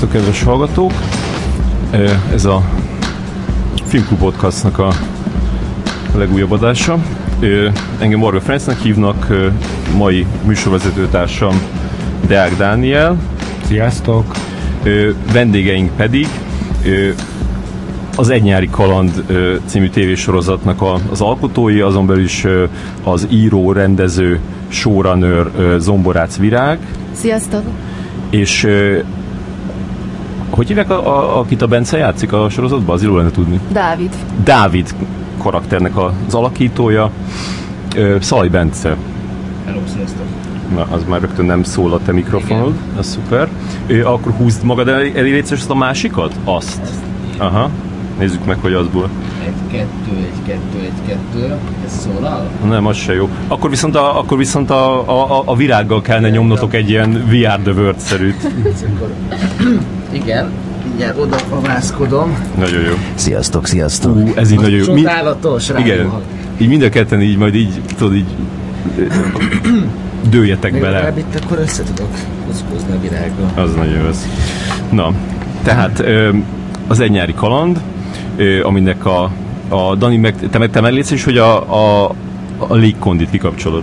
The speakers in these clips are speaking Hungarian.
Sziasztok, kedves hallgatók! Ez a Filmklub Podcastnak a legújabb adása. Engem Varga Ferencnek hívnak, mai műsorvezetőtársam Deák Dániel. Sziasztok! Vendégeink pedig az Egy nyári kaland című tévésorozatnak az alkotói, azon belül is az író, rendező, showrunner Zomborác Virág. Sziasztok! És hogy hívják, akit a Bence játszik a sorozatban? Az jól lenne tudni. Dávid. Dávid karakternek az alakítója. Szalai Bence. Hello, sziasztok! Na, az már rögtön nem szól a te mikrofonod. Ez szuper. Akkor húzd magad elé létszes azt a másikat? Azt. Aha. Nézzük meg, hogy azból. 1-2, 1-2, 1-2. Ez szólal? Nem, az se jó. Akkor viszont a virággal kellene nyomnotok egy ilyen VR the World-szerűt. Igen, mindjárt oda pavászkodom. Nagyon jó. Sziasztok, sziasztok! Ez így nagyon jó. Csodálatos, igen. Így mind a ketten így majd így, tudod, így dőljetek bele. Legalább itt akkor össze tudok kuszkózni a virággal. Az nagyon jó ez. Na, tehát az Egy nyári kaland, aminek a Dani meg te meglétsz is, hogy a légkondit kikapcsolod.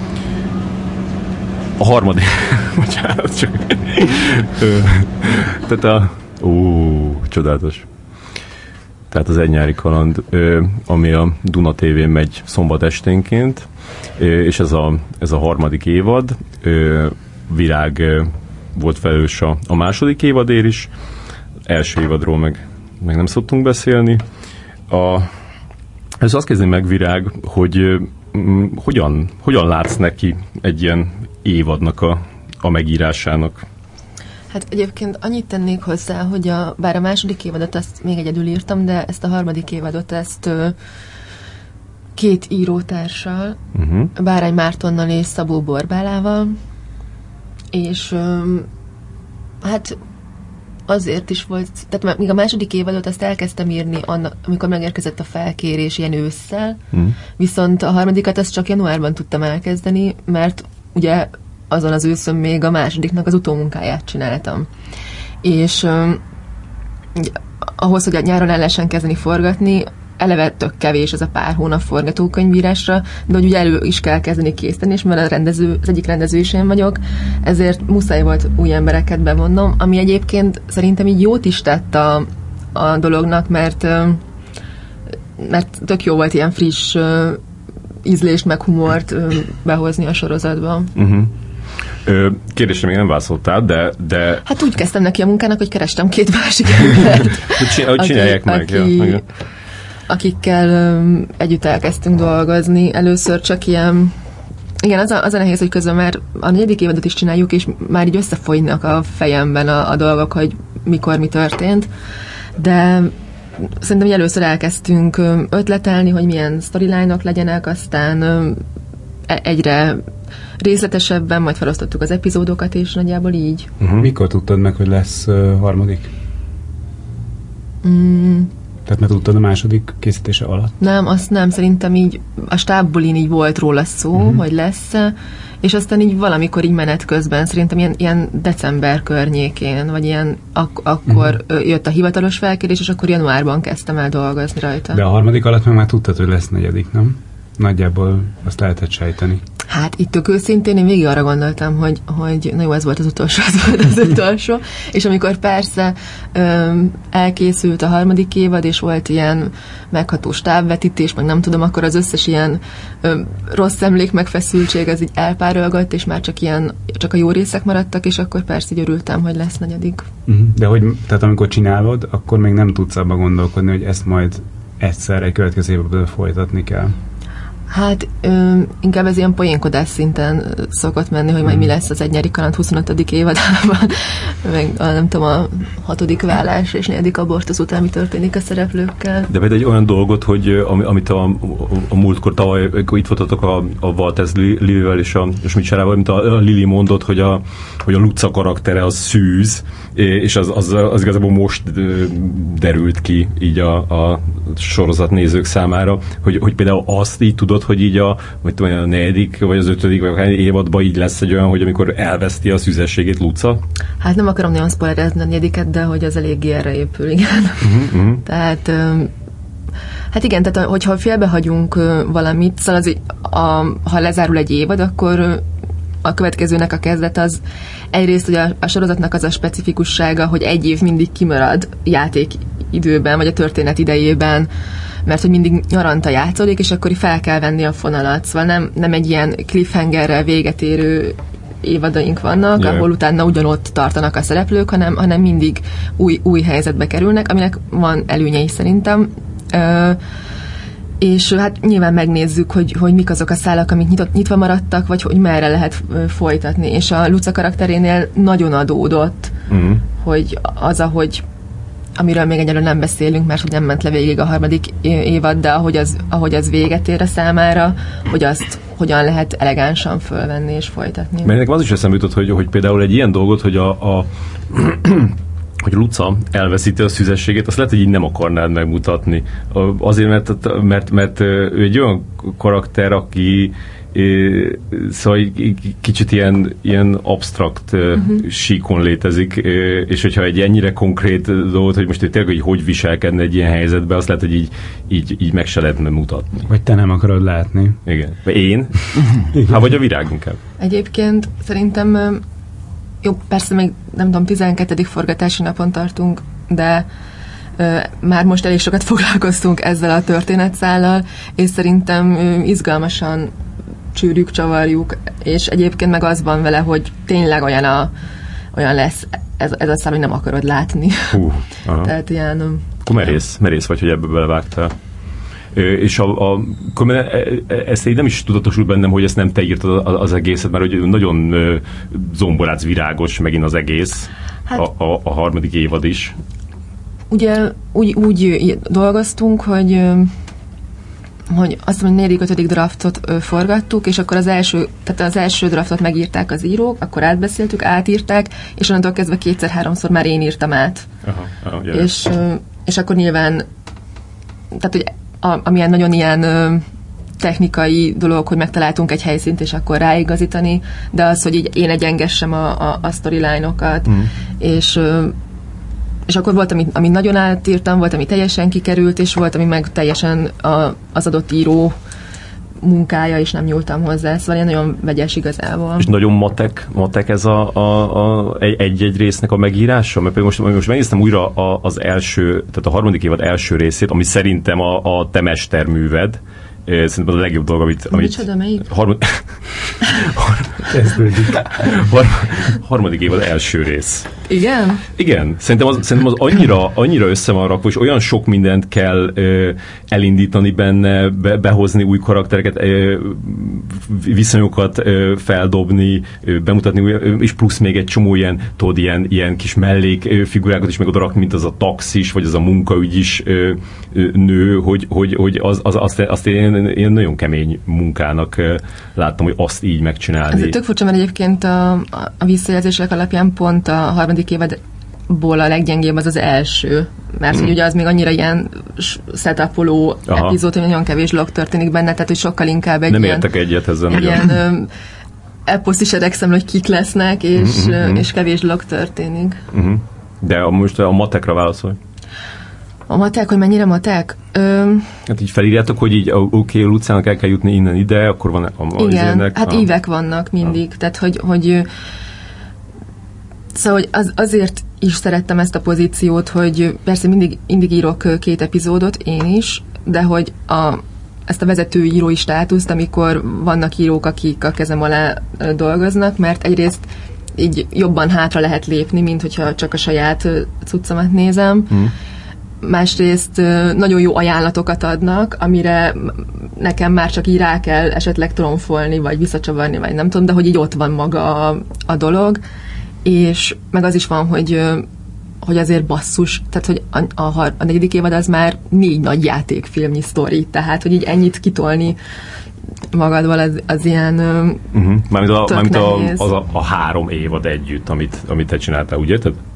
A harmadik. Bocsánat, csak. Tehát csodálatos. Tehát az Egy nyári kaland, ami a Duna TV-n megy szombat esténként, és ez a harmadik évad. Virág volt felelős a második évadért is. Első évadról meg nem szoktunk beszélni. Ez azt kezdeni meg, Virág, hogy hogyan látsz neki egy ilyen évadnak a megírásának? Hát egyébként annyit tennék hozzá, hogy bár a második évadot azt még egyedül írtam, de ezt a harmadik évadot két írótársal, Bárány Mártonnal és Szabó Borbálával, és hát azért is volt, tehát még a második évadot azt elkezdtem írni, amikor megérkezett a felkérés ilyen ősszel, viszont a harmadikat azt csak januárban tudtam elkezdeni, mert ugye azon az őszön még a másodiknak az utómunkáját csináltam. És ahhoz, hogy a nyáron el lehessen kezdeni forgatni, eleve tök kevés ez a pár hónap forgatókönyvírásra, de hogy ugye elő is kell kezdeni készíteni, és mivel az egyik rendező is én vagyok, ezért muszáj volt új embereket bevonnom, ami egyébként szerintem így jót is tett a dolognak, mert tök jó volt ilyen friss ízlést meg humort behozni a sorozatba. Kérdésre még nem válaszoltál, de... Hát úgy kezdtem neki a munkának, hogy kerestem két másik embert. Hogy csinálják meg. Akikkel együtt elkezdtünk dolgozni. Először csak ilyen... Igen, az a nehéz, hogy közben már a negyedik évadot is csináljuk, és már így összefolynak a fejemben a dolgok, hogy mikor mi történt. De szerintem, hogy először elkezdtünk ötletelni, hogy milyen storyline-ok legyenek, aztán egyre részletesebben, majd felosztottuk az epizódokat, és nagyjából így. Mikor tudtad meg, hogy lesz harmadik? Tehát már tudtad a második készítése alatt? Nem, azt nem. Szerintem így a stábból így volt róla szó, hogy lesz, és aztán így valamikor így menet közben, szerintem ilyen december környékén, vagy ilyen akkor jött a hivatalos felkérés, és akkor januárban kezdtem el dolgozni rajta. De a harmadik alatt meg már tudtad, hogy lesz negyedik, nem? Nagyjából azt lehetett sejteni. Hát itt tök őszintén én végig arra gondoltam, hogy na jó, ez volt az utolsó, és amikor persze elkészült a harmadik évad, és volt ilyen megható stábvetítés, meg nem tudom, akkor az összes ilyen rossz emlék, megfeszültség, az így elpárolgott, és már csak a jó részek maradtak, és akkor persze így örültem, hogy lesz negyedik. De tehát amikor csinálod, akkor még nem tudsz abba gondolkodni, hogy ezt majd egyszer egy következő évben folytatni kell. Hát inkább ez ilyen poénkodás szinten szokott menni, hogy majd mi lesz az Egy nyári kaland 25. évadában, meg nem tudom, a 6. vállás és 4. abortusz után mi történik a szereplőkkel. De vagy egy olyan dolgot, hogy amit a múltkor tavaly, itt voltatok a Walters Lilivel és a Schmidt-Sárával, mint a Lili mondott, hogy a Luca karaktere az szűz, és az igazából most derült ki így a sorozat nézők számára, hogy például azt így tudod gondolod, hogy így a 4. vagy az 5. vagy akár évadban így lesz egy olyan, hogy amikor elveszti a szüzességét Luca? Hát nem akarom nagyon spoilerezni a 4-et, de hogy az eléggé erre épül, igen. Tehát hát igen, tehát hogyha félbehagyunk valamit, szóval ha lezárul egy évad, akkor a következőnek a kezdet az egyrészt, hogy a sorozatnak az a specifikussága, hogy egy év mindig kimarad játékidőben, vagy a történet idejében, mert hogy mindig nyaranta játszódik, és akkor fel kell venni a fonalat. Szóval nem egy ilyen cliffhangerrel véget érő évadaink vannak, ahol utána ugyanott tartanak a szereplők, hanem mindig új helyzetbe kerülnek, aminek van előnyei szerintem. És hát nyilván megnézzük, hogy mik azok a szálak, amik nyitva maradtak, vagy hogy merre lehet folytatni. És a Luca karakterénél nagyon adódott, hogy az, amiről még egyelőre nem beszélünk, mert hogy nem ment le végig a 3. évad, de ahogy az véget ér a számára, hogy azt hogyan lehet elegánsan fölvenni és folytatni. Mert nekem az is eszembe jutott, hogy például egy ilyen dolgot, hogy hogy Luca elveszíti a szüzességét, azt lehet, hogy így nem akarnád megmutatni. Azért, mert ő egy olyan karakter, aki szóval kicsit ilyen absztrakt síkon létezik, és hogyha egy ennyire konkrét dolgot, hogy most tényleg hogy viselkedne egy ilyen helyzetben, azt lehet, hogy így meg se lehetne mutatni. Vagy te nem akarod látni. Igen. Vagy én? Hát vagy a virág inkább. Egyébként szerintem jó, persze még nem tudom, 12. forgatási napon tartunk, de már most elég sokat foglalkoztunk ezzel a történetszállal, és szerintem izgalmasan csűrjük, csavarjuk, és egyébként meg az van vele, hogy tényleg olyan lesz ez a szám, hogy nem akarod látni. Tehát ilyen... Akkor merész vagy, hogy ebbe belevágtál. És ezt így nem is tudatosult bennem, hogy ezt nem te írtad az egészet, mert hogy nagyon zomborác virágos megint az egész, hát, a 3. évad is. Ugye úgy dolgoztunk, hogy azt mondom, 4. 5. draftot forgattuk, és akkor az első draftot megírták az írók, akkor átbeszéltük, átírták, és onnantól kezdve 2-3-szor már én írtam át. És akkor nyilván, tehát hogy amilyen nagyon ilyen technikai dolog, hogy megtaláltunk egy helyszínt, és akkor ráigazítani, de az, hogy így én egyengessem a storyline-okat, és akkor volt, ami nagyon átírtam, volt, ami teljesen kikerült, és volt, ami meg teljesen az adott író munkája, és nem nyúltam hozzá, szóval ilyen nagyon vegyes igazából. És nagyon matek ez egy-egy résznek a megírása? Mert most megnéztem újra az első, tehát a 3. évad első részét, ami szerintem a te mesterműved. Szerintem az a legjobb dolog, amit... Micsoda, melyik? 3. évad első rész. Igen? Igen. Szerintem az annyira össze van rakva, és olyan sok mindent kell elindítani benne, behozni új karaktereket, viszonyokat feldobni, bemutatni, és plusz még egy csomó ilyen kis mellékfigurákat is meg oda rakni, mint az a taxis, vagy az a munkaügyis nő, hogy azt én nagyon kemény munkának láttam, hogy azt így megcsinálni. Ez tök furcsa, mert egyébként a visszajelzések alapján pont a 3. évadból a leggyengébb az első, mert hogy ugye az még annyira ilyen setupoló epizód, hogy nagyon kevés dolog történik benne, tehát hogy sokkal inkább egy nem értek egyet ezzel. Egy ilyen eposzt is eregszem, hogy kik lesznek, és kevés dolog történik. De most a matekra válaszolj. A matek, hogy mennyire matek? Hát így felírjátok, hogy így oké, Lucának el kell jutni innen ide, akkor van igen, hát évek vannak mindig, tehát hogy szóval hogy azért is szerettem ezt a pozíciót, hogy persze mindig írok 2 epizódot, én is, de hogy ezt a vezető írói státuszt, amikor vannak írók, akik a kezem alá dolgoznak, mert egyrészt így jobban hátra lehet lépni, mint hogyha csak a saját cuccomat nézem. Másrészt nagyon jó ajánlatokat adnak, amire nekem már csak így rá kell esetleg tromfolni, vagy visszacsavarni, vagy nem tudom, de hogy így ott van maga a dolog, és meg az is van, hogy azért basszus, tehát hogy a 4. évad az már 4 nagy játékfilmnyi sztori, tehát hogy így ennyit kitolni magadval az ilyen Mármint az a 3 évad együtt, amit te csináltál, úgy érted?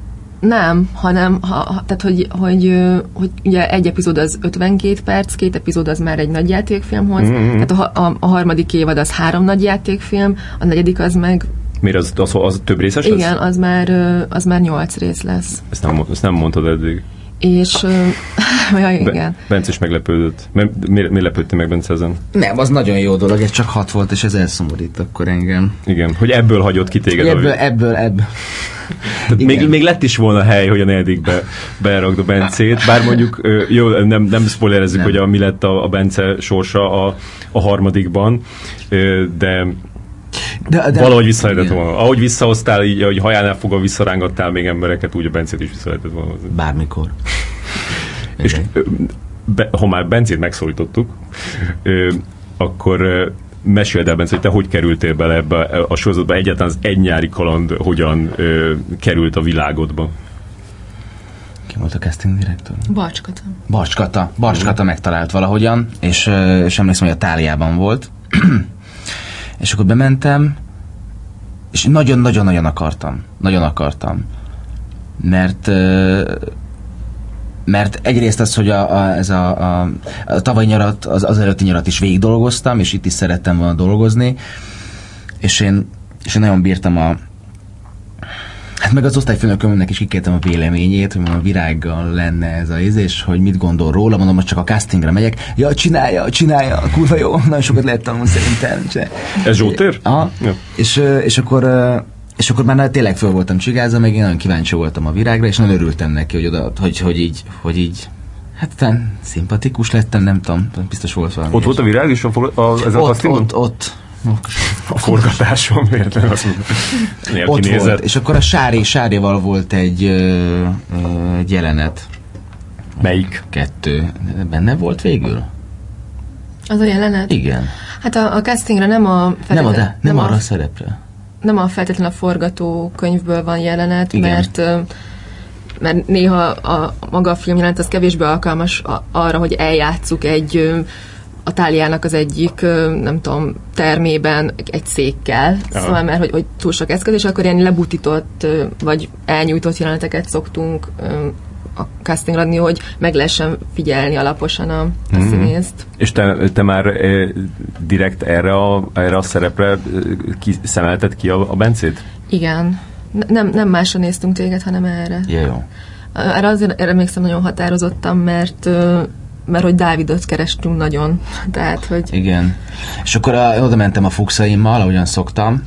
Nem, hanem tehát, hogy ugye egy epizód az 52 perc, 2 epizód az már egy nagy játékfilmhoz, tehát a harmadik évad az 3 nagy játékfilm, a negyedik az meg... Miért az több részes lesz? Igen, az már 8 rész lesz. Ezt nem mondtad eddig. És... ja, igen. Bence is meglepődött. Miért lepődtél meg, Bence, ezen? Nem, az nagyon jó dolog, ez csak 6 volt, és ez elszomorít akkor engem. Igen, hogy ebből hagyott ki téged. Ebből. Még lett is volna hely, hogy a negyedikbe berakd a Bencét, bár mondjuk, jó, nem spoilerezzük, hogy mi lett a Bence sorsa a harmadikban, de valahogy vissza lehetett volna. Ahogy visszahoztál, így, ahogy hajánál fogva visszarángattál még embereket, úgy a Bencét is vissza lehetett volna. Bármikor. És ha már Bencét megszólítottuk, akkor meséld el, Bence, hogy te hogy kerültél bele ebbe a sorozatba, egyáltalán az Egy nyári kaland hogyan került a világodba? Ki volt a casting direktor? Barcskata megtalált valahogyan, és emlékszem, hogy a Táliában volt. És akkor bementem, és nagyon-nagyon-nagyon akartam. Nagyon akartam. Mert egyrészt az, hogy ez a tavaly nyarat, az előtti nyarat is végig dolgoztam, és itt is szerettem volna dolgozni, és én nagyon bírtam hát meg az osztályfőnökömnek is kikértem a véleményét, hogy a Virággal lenne ez a és hogy mit gondol róla, mondom, hogy csak a castingra megyek. Ja, csinálja, kurva jó, nagyon sokat lehet tanulni szerintem. Ez Zsótér? Aha. Ja. És akkor már tényleg föl voltam csigázva, meg én nagyon kíváncsi voltam a Virágra, és nagyon örültem neki, hogy így hát szimpatikus lettem, nem tudom, biztos volt valami. Ott volt a Virág is ez a castingon? Ott. A forgatáson véletlenül azt mondta. Ott volt, és akkor a Sáréval volt egy jelenet. Melyik? 2. Benne volt végül? Az a jelenet? Igen. Hát a castingra nem arra a szerepre. Nem feltétlenül a forgatókönyvből van jelenet, igen. mert néha maga a filmjelenet az kevésbé alkalmas arra, hogy eljátsszuk a Táliának az egyik, nem tudom, termében egy székkel, szóval mert hogy túl sok eszköz, és akkor ilyen lebutított, vagy elnyújtott jeleneteket szoktunk a castingra adni, hogy meg lehessen figyelni alaposan a színészt. És te már direkt erre a szerepre szemelted ki a Bencét? Igen. Nem másra néztünk téged, hanem erre. Jó. Erre azért emlékszem nagyon határozottan, mert hogy Dávidot kerestünk nagyon. Tehát, hogy... Igen. És akkor oda mentem a fuxaimmal, ahogyan szoktam,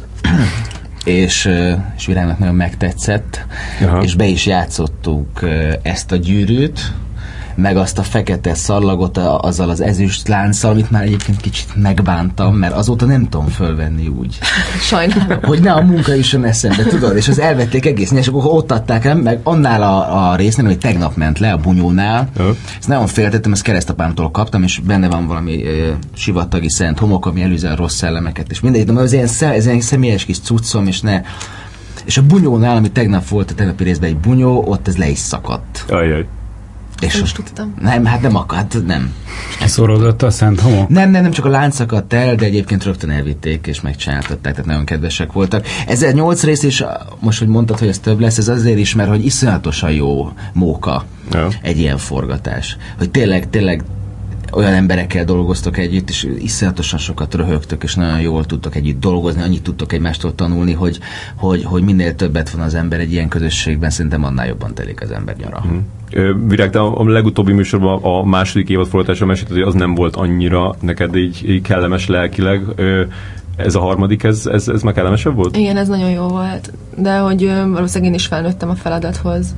és Virágnak nagyon megtetszett, és be is játszottuk ezt a gyűrűt, meg azt a fekete szallagot azzal az ezüst lánccal, amit már egyébként kicsit megbántam, mert azóta nem tudom fölvenni úgy. Sajnálom. Hogy ne a munka jusson eszembe, tudod? És az elvették egész, és akkor ott adták el, meg annál a résznél, hogy tegnap ment le, a bunyónál. Ezt nagyon féltettem, ezt keresztapámtól kaptam, és benne van valami sivatagi szent homok, ami előzi a rossz szellemeket, és mindegy, de ez ilyen személyes kis cuccom, és a bunyónál, ami tegnap volt, a tegnapi részben egy bunyó, ott ez le is szakadt. Ajaj. És most tudtam. Nem. Kiszorodott a szent homok? Nem, csak a lánc szakadt el, de egyébként rögtön elvitték, és megcsináltatták, tehát nagyon kedvesek voltak. Ez 8 rész, és most, hogy mondtad, hogy ez több lesz, ez azért is, mert hogy iszonyatosan jó móka egy ilyen forgatás. Hogy tényleg olyan emberekkel dolgoztok együtt, és iszonyatosan sokat röhögtök, és nagyon jól tudtok együtt dolgozni, annyit tudtok egymástól tanulni, hogy minél többet van az ember egy ilyen közösségben, szerintem annál jobban telik az ember nyara. Virág, de a legutóbbi műsorban a második évad forgatásra mesélted, hogy az nem volt annyira neked így kellemes lelkileg. Ez a harmadik, ez már kellemesebb volt? Igen, ez nagyon jó volt, de hogy valószínűleg én is felnőttem a feladathoz.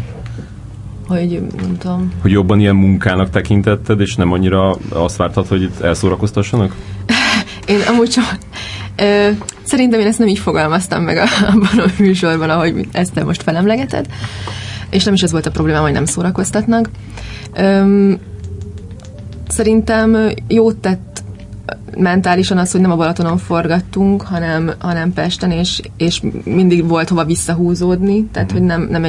Hogy nem tudom. Hogy jobban ilyen munkának tekintetted, és nem annyira azt vártad, hogy itt elszórakoztassanak? Én amúgy csak... szerintem én ezt nem így fogalmaztam meg abban a műsorban, ahogy ezt te most felemlegeted. És nem is ez volt a problémám, hogy nem szórakoztatnak. Szerintem jót tett mentálisan az, hogy nem a Balatonon forgattunk, hanem Pesten, és mindig volt hova visszahúzódni. Tehát, hogy nem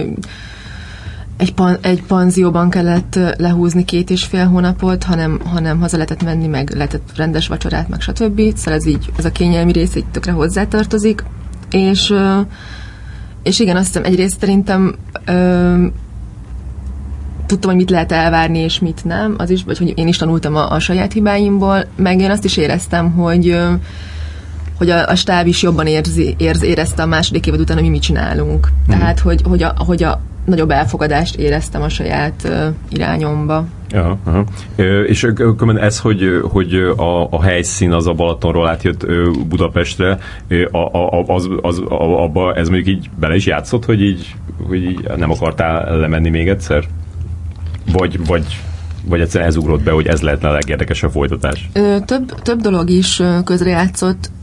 egy panzióban kellett lehúzni 2,5 hónapot, hanem haza lehetett menni, meg lehetett rendes vacsorát, meg stb. Szóval ez a kényelmi rész így tökre hozzátartozik, és és igen, azt hiszem, egyrészt szerintem tudtam, hogy mit lehet elvárni, és mit nem, az is, vagy hogy én is tanultam a saját hibáimból, meg én azt is éreztem, hogy a stáb is jobban érezte a második évad után, hogy mi mit csinálunk. Tehát, hogy a nagyobb elfogadást éreztem a saját irányomba. Aha. És ez, hogy a helyszín az a Balatonról átjött Budapestre, abba ez mondjuk így bele is játszott, hogy így nem akartál lemenni még egyszer? Vagy egyszerűen ez ugrott be, hogy ez lehetne a legérdekesebb folytatás? Több dolog is közrejátszott.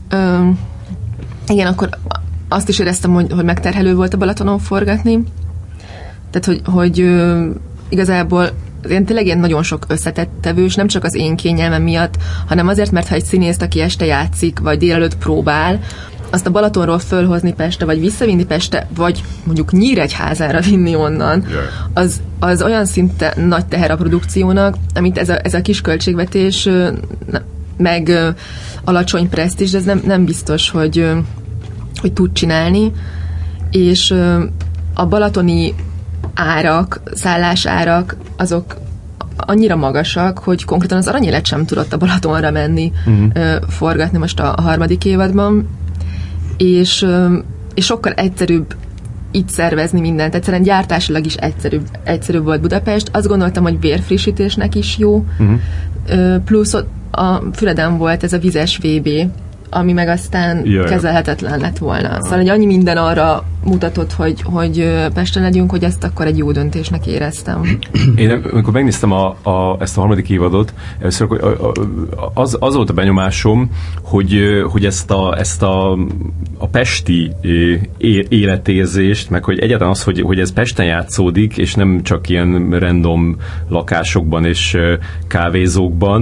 Igen, akkor azt is éreztem, hogy megterhelő volt a Balatonon forgatni. Tehát, hogy igazából tényleg ilyen nagyon sok összetett tevős, nem csak az én kényelmem miatt, hanem azért, mert ha egy színészt, aki este játszik, vagy délelőtt próbál, azt a Balatonról fölhozni Pestre, vagy visszavinni Pestre, vagy mondjuk Nyíregyházára vinni onnan, az olyan szinte nagy teher a produkciónak, amit ez a kis költségvetés, meg alacsony presztízs, ez nem biztos, hogy tud csinálni, és a balatoni árak, szállásárak, azok annyira magasak, hogy konkrétan az Aranyélet sem tudott a Balatonra menni forgatni most a harmadik évadban, és sokkal egyszerűbb itt szervezni mindent. Egyszerűen gyártásilag is egyszerűbb volt Budapest. Azt gondoltam, hogy vérfrissítésnek is jó. Plusz a Füreden volt ez a vizes VB, ami meg aztán kezelhetetlen lett volna. Szóval egy annyi minden arra mutatott, hogy Pesten legyünk, hogy ezt akkor egy jó döntésnek éreztem. Én amikor megnéztem ezt a harmadik évadot, először az volt a benyomásom, hogy ezt a pesti életérzést, meg hogy egyáltalán az, hogy ez Pesten játszódik, és nem csak ilyen random lakásokban és kávézókban,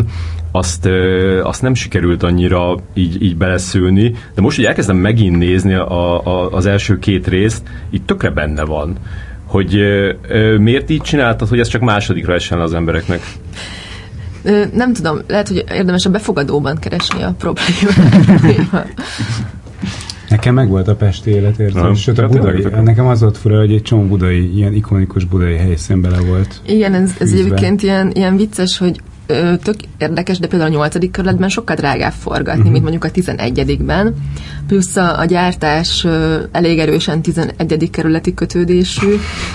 azt nem sikerült annyira így beleszülni, de most, hogy elkezdem megint nézni az első két részt, így tökre benne van, hogy miért így csináltad, hogy ez csak másodikra essen az embereknek? Nem tudom, lehet, hogy érdemes a befogadóban keresni a problémát. Nekem meg volt a pesti életérzés, sőt a budai. Nekem az volt fura, hogy egy csomó budai, ilyen ikonikus budai helyszín bele volt. Igen, ez egyébként ilyen vicces, hogy tök érdekes, de például a 8. kerületben sokkal drágább forgatni, mint mondjuk a 11-ben. Plusz a gyártás elég erősen 11. kerületi kötődésű.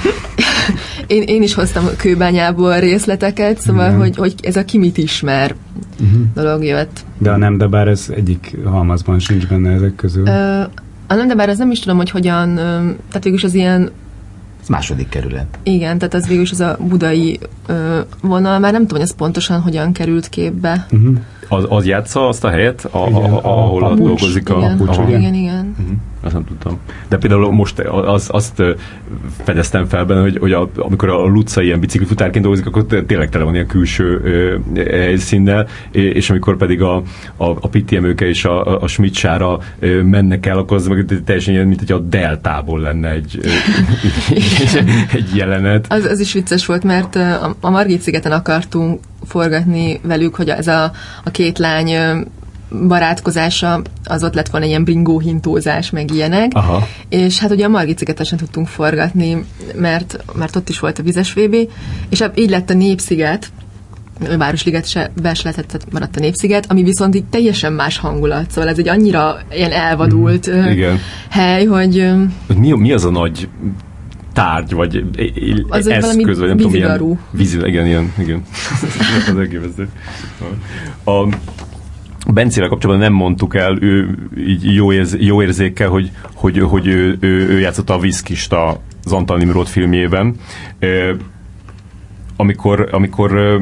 Én is hoztam Kőbányából részleteket, szóval, hogy ez a ki mit ismer dolog jött. De a nem, de bár ez egyik halmazban sincs benne ezek közül. A nem, de bár ez nem is tudom, hogy hogyan, tehát végülis az ilyen ez második kerület. Igen, tehát az végülis az a budai vonal, már nem tudom, hogy ez pontosan hogyan került képbe. Az játsza azt a helyet, ahol dolgozik a Papucs. Igen. Azt nem tudtam. De például most azt fedeztem fel benne, hogy amikor a Luca ilyen biciklifutárként dolgozik, akkor tényleg tele van ilyen külső helyszínnel, és amikor pedig a Pitti Emőke és a Schmidt-sára mennek el, akkor az meg teljesen ilyen, mint hogy a Deltából lenne egy jelenet. Az is vicces volt, mert a Margit-szigeten akartunk forgatni velük, hogy ez a két lány barátkozása, az ott lett volna ilyen bringóhintózás, meg ilyenek. Aha. És hát ugye a Margit-szigeten sem tudtunk forgatni, mert ott is volt a vizes VB, és így lett a Népsziget, a Városliget se lehetett, maradt a Népsziget, ami viszont így teljesen más hangulat, szóval ez egy annyira ilyen elvadult hely, hogy... Mi az a nagy tárgy, vagy az eszköz, vagy nem tudom, ilyen igen. Az elképesztő. A Bencével kapcsolatban nem mondtuk el, ő így jó érzékkel, hogy ő játszotta a Viszkist az Antal Nimród filmjében. Amikor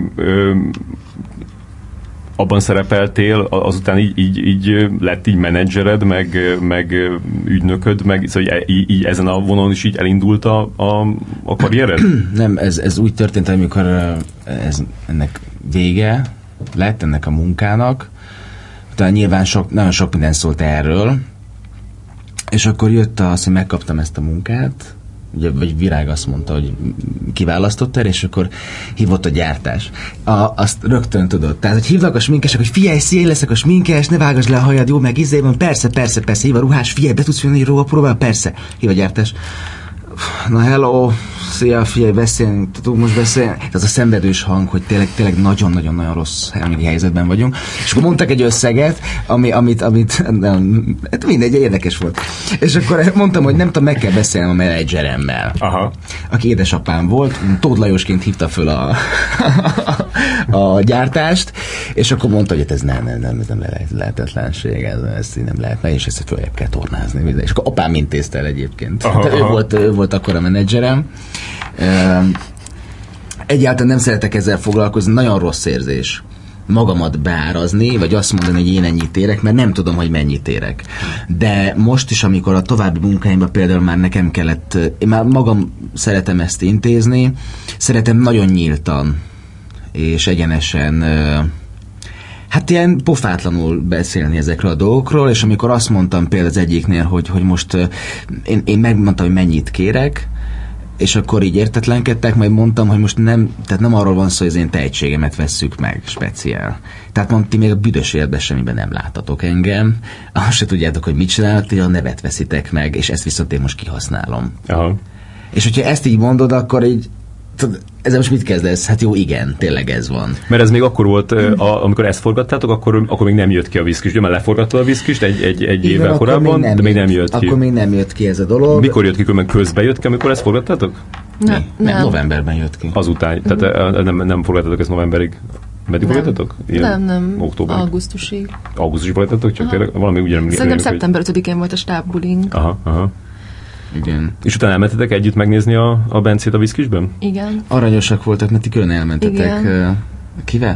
abban szerepeltél, azután így lett így menedzsered, meg ügynököd, meg szóval így ezen a vonalon is így elindult a karriered? Nem, ez úgy történt, amikor ennek vége lett, ennek a munkának. Utána nyilván nagyon sok minden szólt erről, és akkor jött az, hogy megkaptam ezt a munkát, vagy Virág azt mondta, hogy kiválasztottál, és akkor hívott a gyártás. Azt rögtön tudod. Tehát, hogy hívnak a sminkesek, hogy figyelj, szél leszek a sminkes, ne vágasd le a hajad, jó, meg izében, persze, hív a ruhás, figyelj, be tudsz jönni róla, próbál, persze. Hív a gyártás. Na hello, szia, figyelj, beszélni, tudunk most beszélni. Ez a szenvedős hang, hogy tényleg nagyon-nagyon rossz helyzetben vagyunk. És akkor mondtak egy összeget, amit hát mindegy, érdekes volt. És akkor mondtam, hogy nem tudom, meg kell beszélnem a menedzseremmel. Aha. Aki édesapám volt, Tóth Lajosként hívta föl a gyártást, és akkor mondta, hogy ez nem lehetetlenség, ez nem lehetne, és ezt följebb kell tornázni. És akkor apám intézte el egyébként. Ő volt akkor a menedzserem. Egyáltalán nem szeretek ezzel foglalkozni, nagyon rossz érzés magamat beárazni, vagy azt mondani, hogy én ennyit érek, mert nem tudom, hogy mennyit érek. De most is, amikor a további munkáimban például már nekem kellett, én már magam szeretem ezt intézni, szeretem nagyon nyíltan és egyenesen hát ilyen pofátlanul beszélni ezekről a dolgokról, és amikor azt mondtam például az egyiknél, hogy most én megmondtam, hogy mennyit kérek, és akkor így értetlenkedtek, majd mondtam, hogy most nem arról van szó, hogy az én tehetségemet vesszük meg speciál. Tehát mondtam, ti még a büdös életben semmiben nem láttatok engem, azt se tudjátok, hogy mit csinálok, ti a nevet veszitek meg, és ezt viszont én most kihasználom. Aha. És hogyha ezt így mondod, akkor így ezzel most mit kezdesz? Hát jó, igen, tényleg ez van. Mert ez még akkor volt, amikor ezt forgattátok, akkor még nem jött ki a viszkis. Ugye már leforgattad a viszkist egy évvel korábban, de még nem jött ki. Akkor még nem jött ki ez a dolog. Mikor jött ki, közben jött ki, amikor ezt forgattátok? Nem, novemberben jött ki. Azután, tehát nem forgattatok ezt novemberig? Meddig forgattatok? Nem, október. Augusztusig forgattatok? Csak tényleg valami úgy nem. Szerintem szeptember 5-én volt a stábbulink. Aha. Igen. És utána elmentetek együtt megnézni a Bencét a viszkisben? Igen. Aranyosak voltak, mert ti külön elmentetek. Igen. Kivel?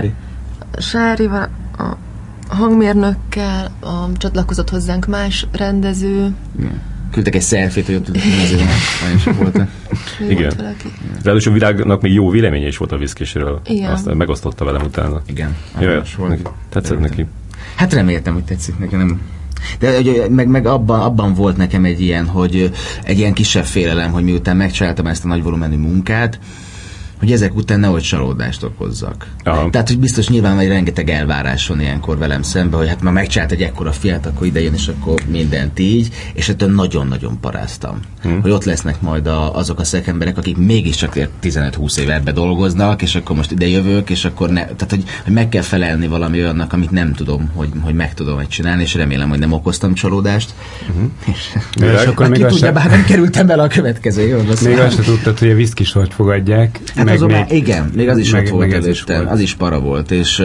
Sárival, a hangmérnökkel, csatlakozott hozzánk más rendező. Igen. Küldtek egy selfie-t, hogy ott tudjuk nézni, aranyosak voltak. Igen. Ráadásul Virágnak még jó véleménye is volt a viszkisről. Igen. Azt megosztotta velem utána. Igen. Tetszett neki. Hát reméltem, hogy tetszik neki, nem... De meg abban volt nekem egy ilyen kisebb félelem, hogy miután megcsináltam ezt a nagy volumenű munkát, hogy ezek után nehogy csalódást okozzak. Aha. Tehát, hogy biztos nyilván vagy rengeteg elvárás van ilyenkor velem szembe, hogy hát már megcsinált egy ekkora fiát, akkor ide jön, és akkor mindent így, és ettől nagyon-nagyon paráztam. Hogy ott lesznek majd azok a szakemberek, akik mégiscsak 15-20 éve ebbe dolgoznak, és akkor most ide jövök, és akkor tehát, hogy meg kell felelni valami olyannak, amit nem tudom, hogy meg tudom csinálni, és remélem, hogy nem okoztam csalódást. És akkor még tudja, bár nem kerültem bele a következő évben. Még azt se tudtad, hogy a viszkisort fogadják. Igen, még az is ott volt előttem, az is para volt, és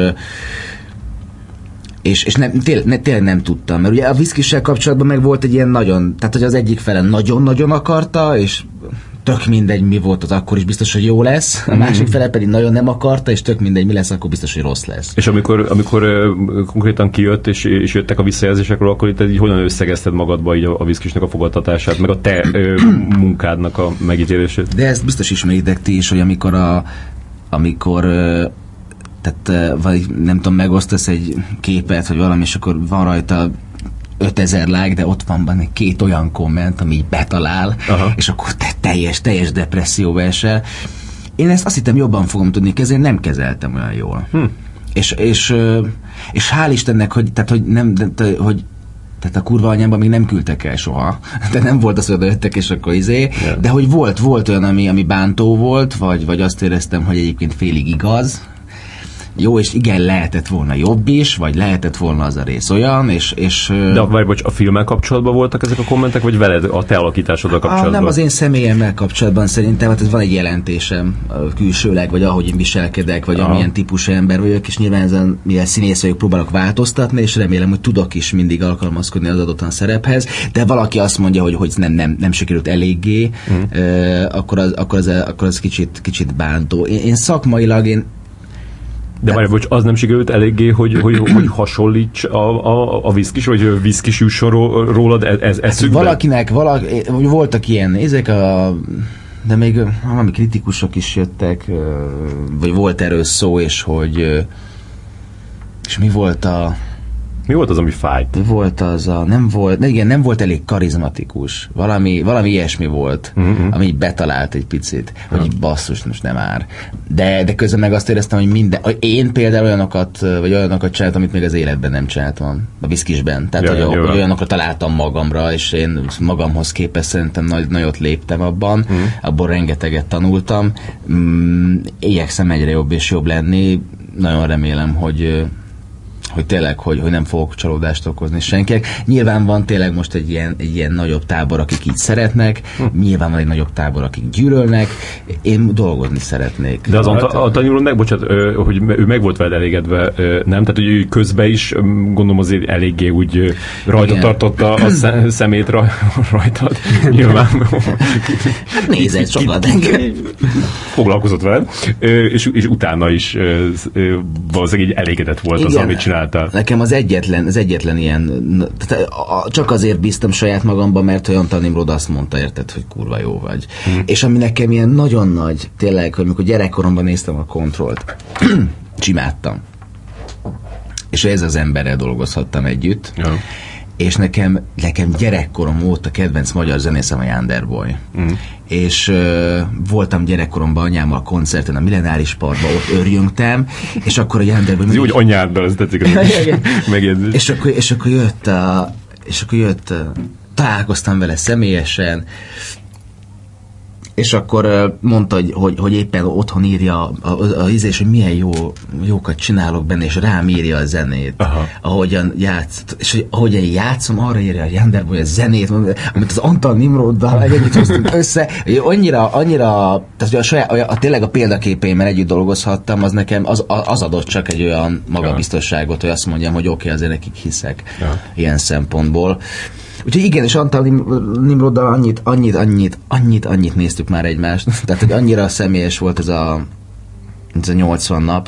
tényleg nem tudtam, mert ugye a viszkissel kapcsolatban meg volt egy ilyen nagyon, tehát hogy az egyik fele nagyon-nagyon akarta, és tök mindegy, mi volt az, akkor is biztos, hogy jó lesz, a másik fele pedig nagyon nem akarta, és tök mindegy, mi lesz, akkor biztos, hogy rossz lesz. És amikor konkrétan kijött, és jöttek a visszajelzésekről, akkor itt így hogyan összegezted magadba így a viszkisnek a fogadtatását, meg a te munkádnak a megítélését? De ezt biztos ismeritek ti is, hogy amikor tehát vagy nem tudom, megosztasz egy képet, vagy valami, és akkor van rajta 5000 like, de ott van benne 2 olyan komment, ami így betalál, és akkor te teljes depresszióba esel. Én ezt azt hittem jobban fogom tudni kezelni, nem kezeltem olyan jól. És hál' Istennek, tehát a kurva anyámban még nem küldtek el soha. De nem volt az, hogy odajöttek, és akkor de hogy volt olyan, ami bántó volt, vagy azt éreztem, hogy egyébként félig igaz. Jó, és igen, lehetett volna jobb is, vagy lehetett volna az a rész olyan, és de a filmmel kapcsolatban voltak ezek a kommentek, vagy veled, a te alakításoddal kapcsolatban? Nem, az én személyemmel kapcsolatban szerintem, hát ez van egy jelentésem külsőleg, vagy ahogy én viselkedek, vagy amilyen típusú ember vagyok, és nyilván ezen, mivel színész vagyok, próbálok változtatni, és remélem, hogy tudok is mindig alkalmazkodni az adottan szerephez, de valaki azt mondja, hogy nem sikerült eléggé, akkor az kicsit bántó. Én szakmailag de várj, az nem sikerült eléggé, hogy hasonlíts a viszkis, vagy viszkis jusson rólad eszükbe? Valakinek, voltak ilyen de még valami kritikusok is jöttek, vagy volt erről szó, és mi volt Mi volt az, ami fájt? Volt az nem volt elég karizmatikus. Valami ilyesmi volt, ami így betalált egy picit, hogy így basszus, most nem ár. De közben meg azt éreztem, hogy én például olyanokat csináltam, amit még az életben nem csináltam. A viszkisben. Tehát, hogy olyanokat találtam magamra, és én magamhoz képest szerintem nagyot léptem abban. Abból rengeteget tanultam. Igyekszem egyre jobb és jobb lenni. Nagyon remélem, hogy tényleg, hogy nem fogok csalódást okozni senkinek. Nyilván van tényleg most egy ilyen nagyobb tábor, akik így szeretnek, nyilván van egy nagyobb tábor, akik gyűlölnek, én dolgozni szeretnék. De az Antoni úr, bocsánat, hogy ő meg volt veled elégedve, nem? Tehát, hogy ő közben is, gondolom azért eléggé úgy rajta tartotta a szemét rajtad. Nyilván. Hát nézd, sokat engem. Foglalkozott veled, és utána is valószínűleg így elégedett volt az, amit csináltál. Nekem az egyetlen ilyen, csak azért bíztam saját magamban, mert olyan Nimrod azt mondta, érted, hogy kurva jó vagy. És ami nekem ilyen nagyon nagy, tényleg, hogy amikor gyerekkoromban néztem a Kontrollt, csimádtam. És ez az emberrel dolgozhattam együtt. Ja. És nekem gyerekkorom óta kedvenc magyar zenészem a Janderboy. És voltam gyerekkoromban anyámmal koncerten a Millenáris Parkban, ott örjöngtem, és akkor a Janderboy... Ez úgy anyádban, ez tetszik megjegyzés. És akkor jött, találkoztam vele személyesen, és akkor mondta, hogy éppen otthon írja az ízés, hogy milyen jókat csinálok benne, és rám írja a zenét. Aha. Ahogyan játszom, arra írja a Janderboy a zenét, amit az Antal Nimroddal együtt hoztunk össze. Annyira tehát tényleg a példaképeimmel együtt dolgozhattam, az nekem az adott csak egy olyan magabiztosságot, hogy azt mondjam, hogy oké, azért nekik hiszek ilyen szempontból. Úgyhogy igen, és Antal Nimroddal annyit néztük már egymást. Tehát, hogy annyira személyes volt ez a 80 nap,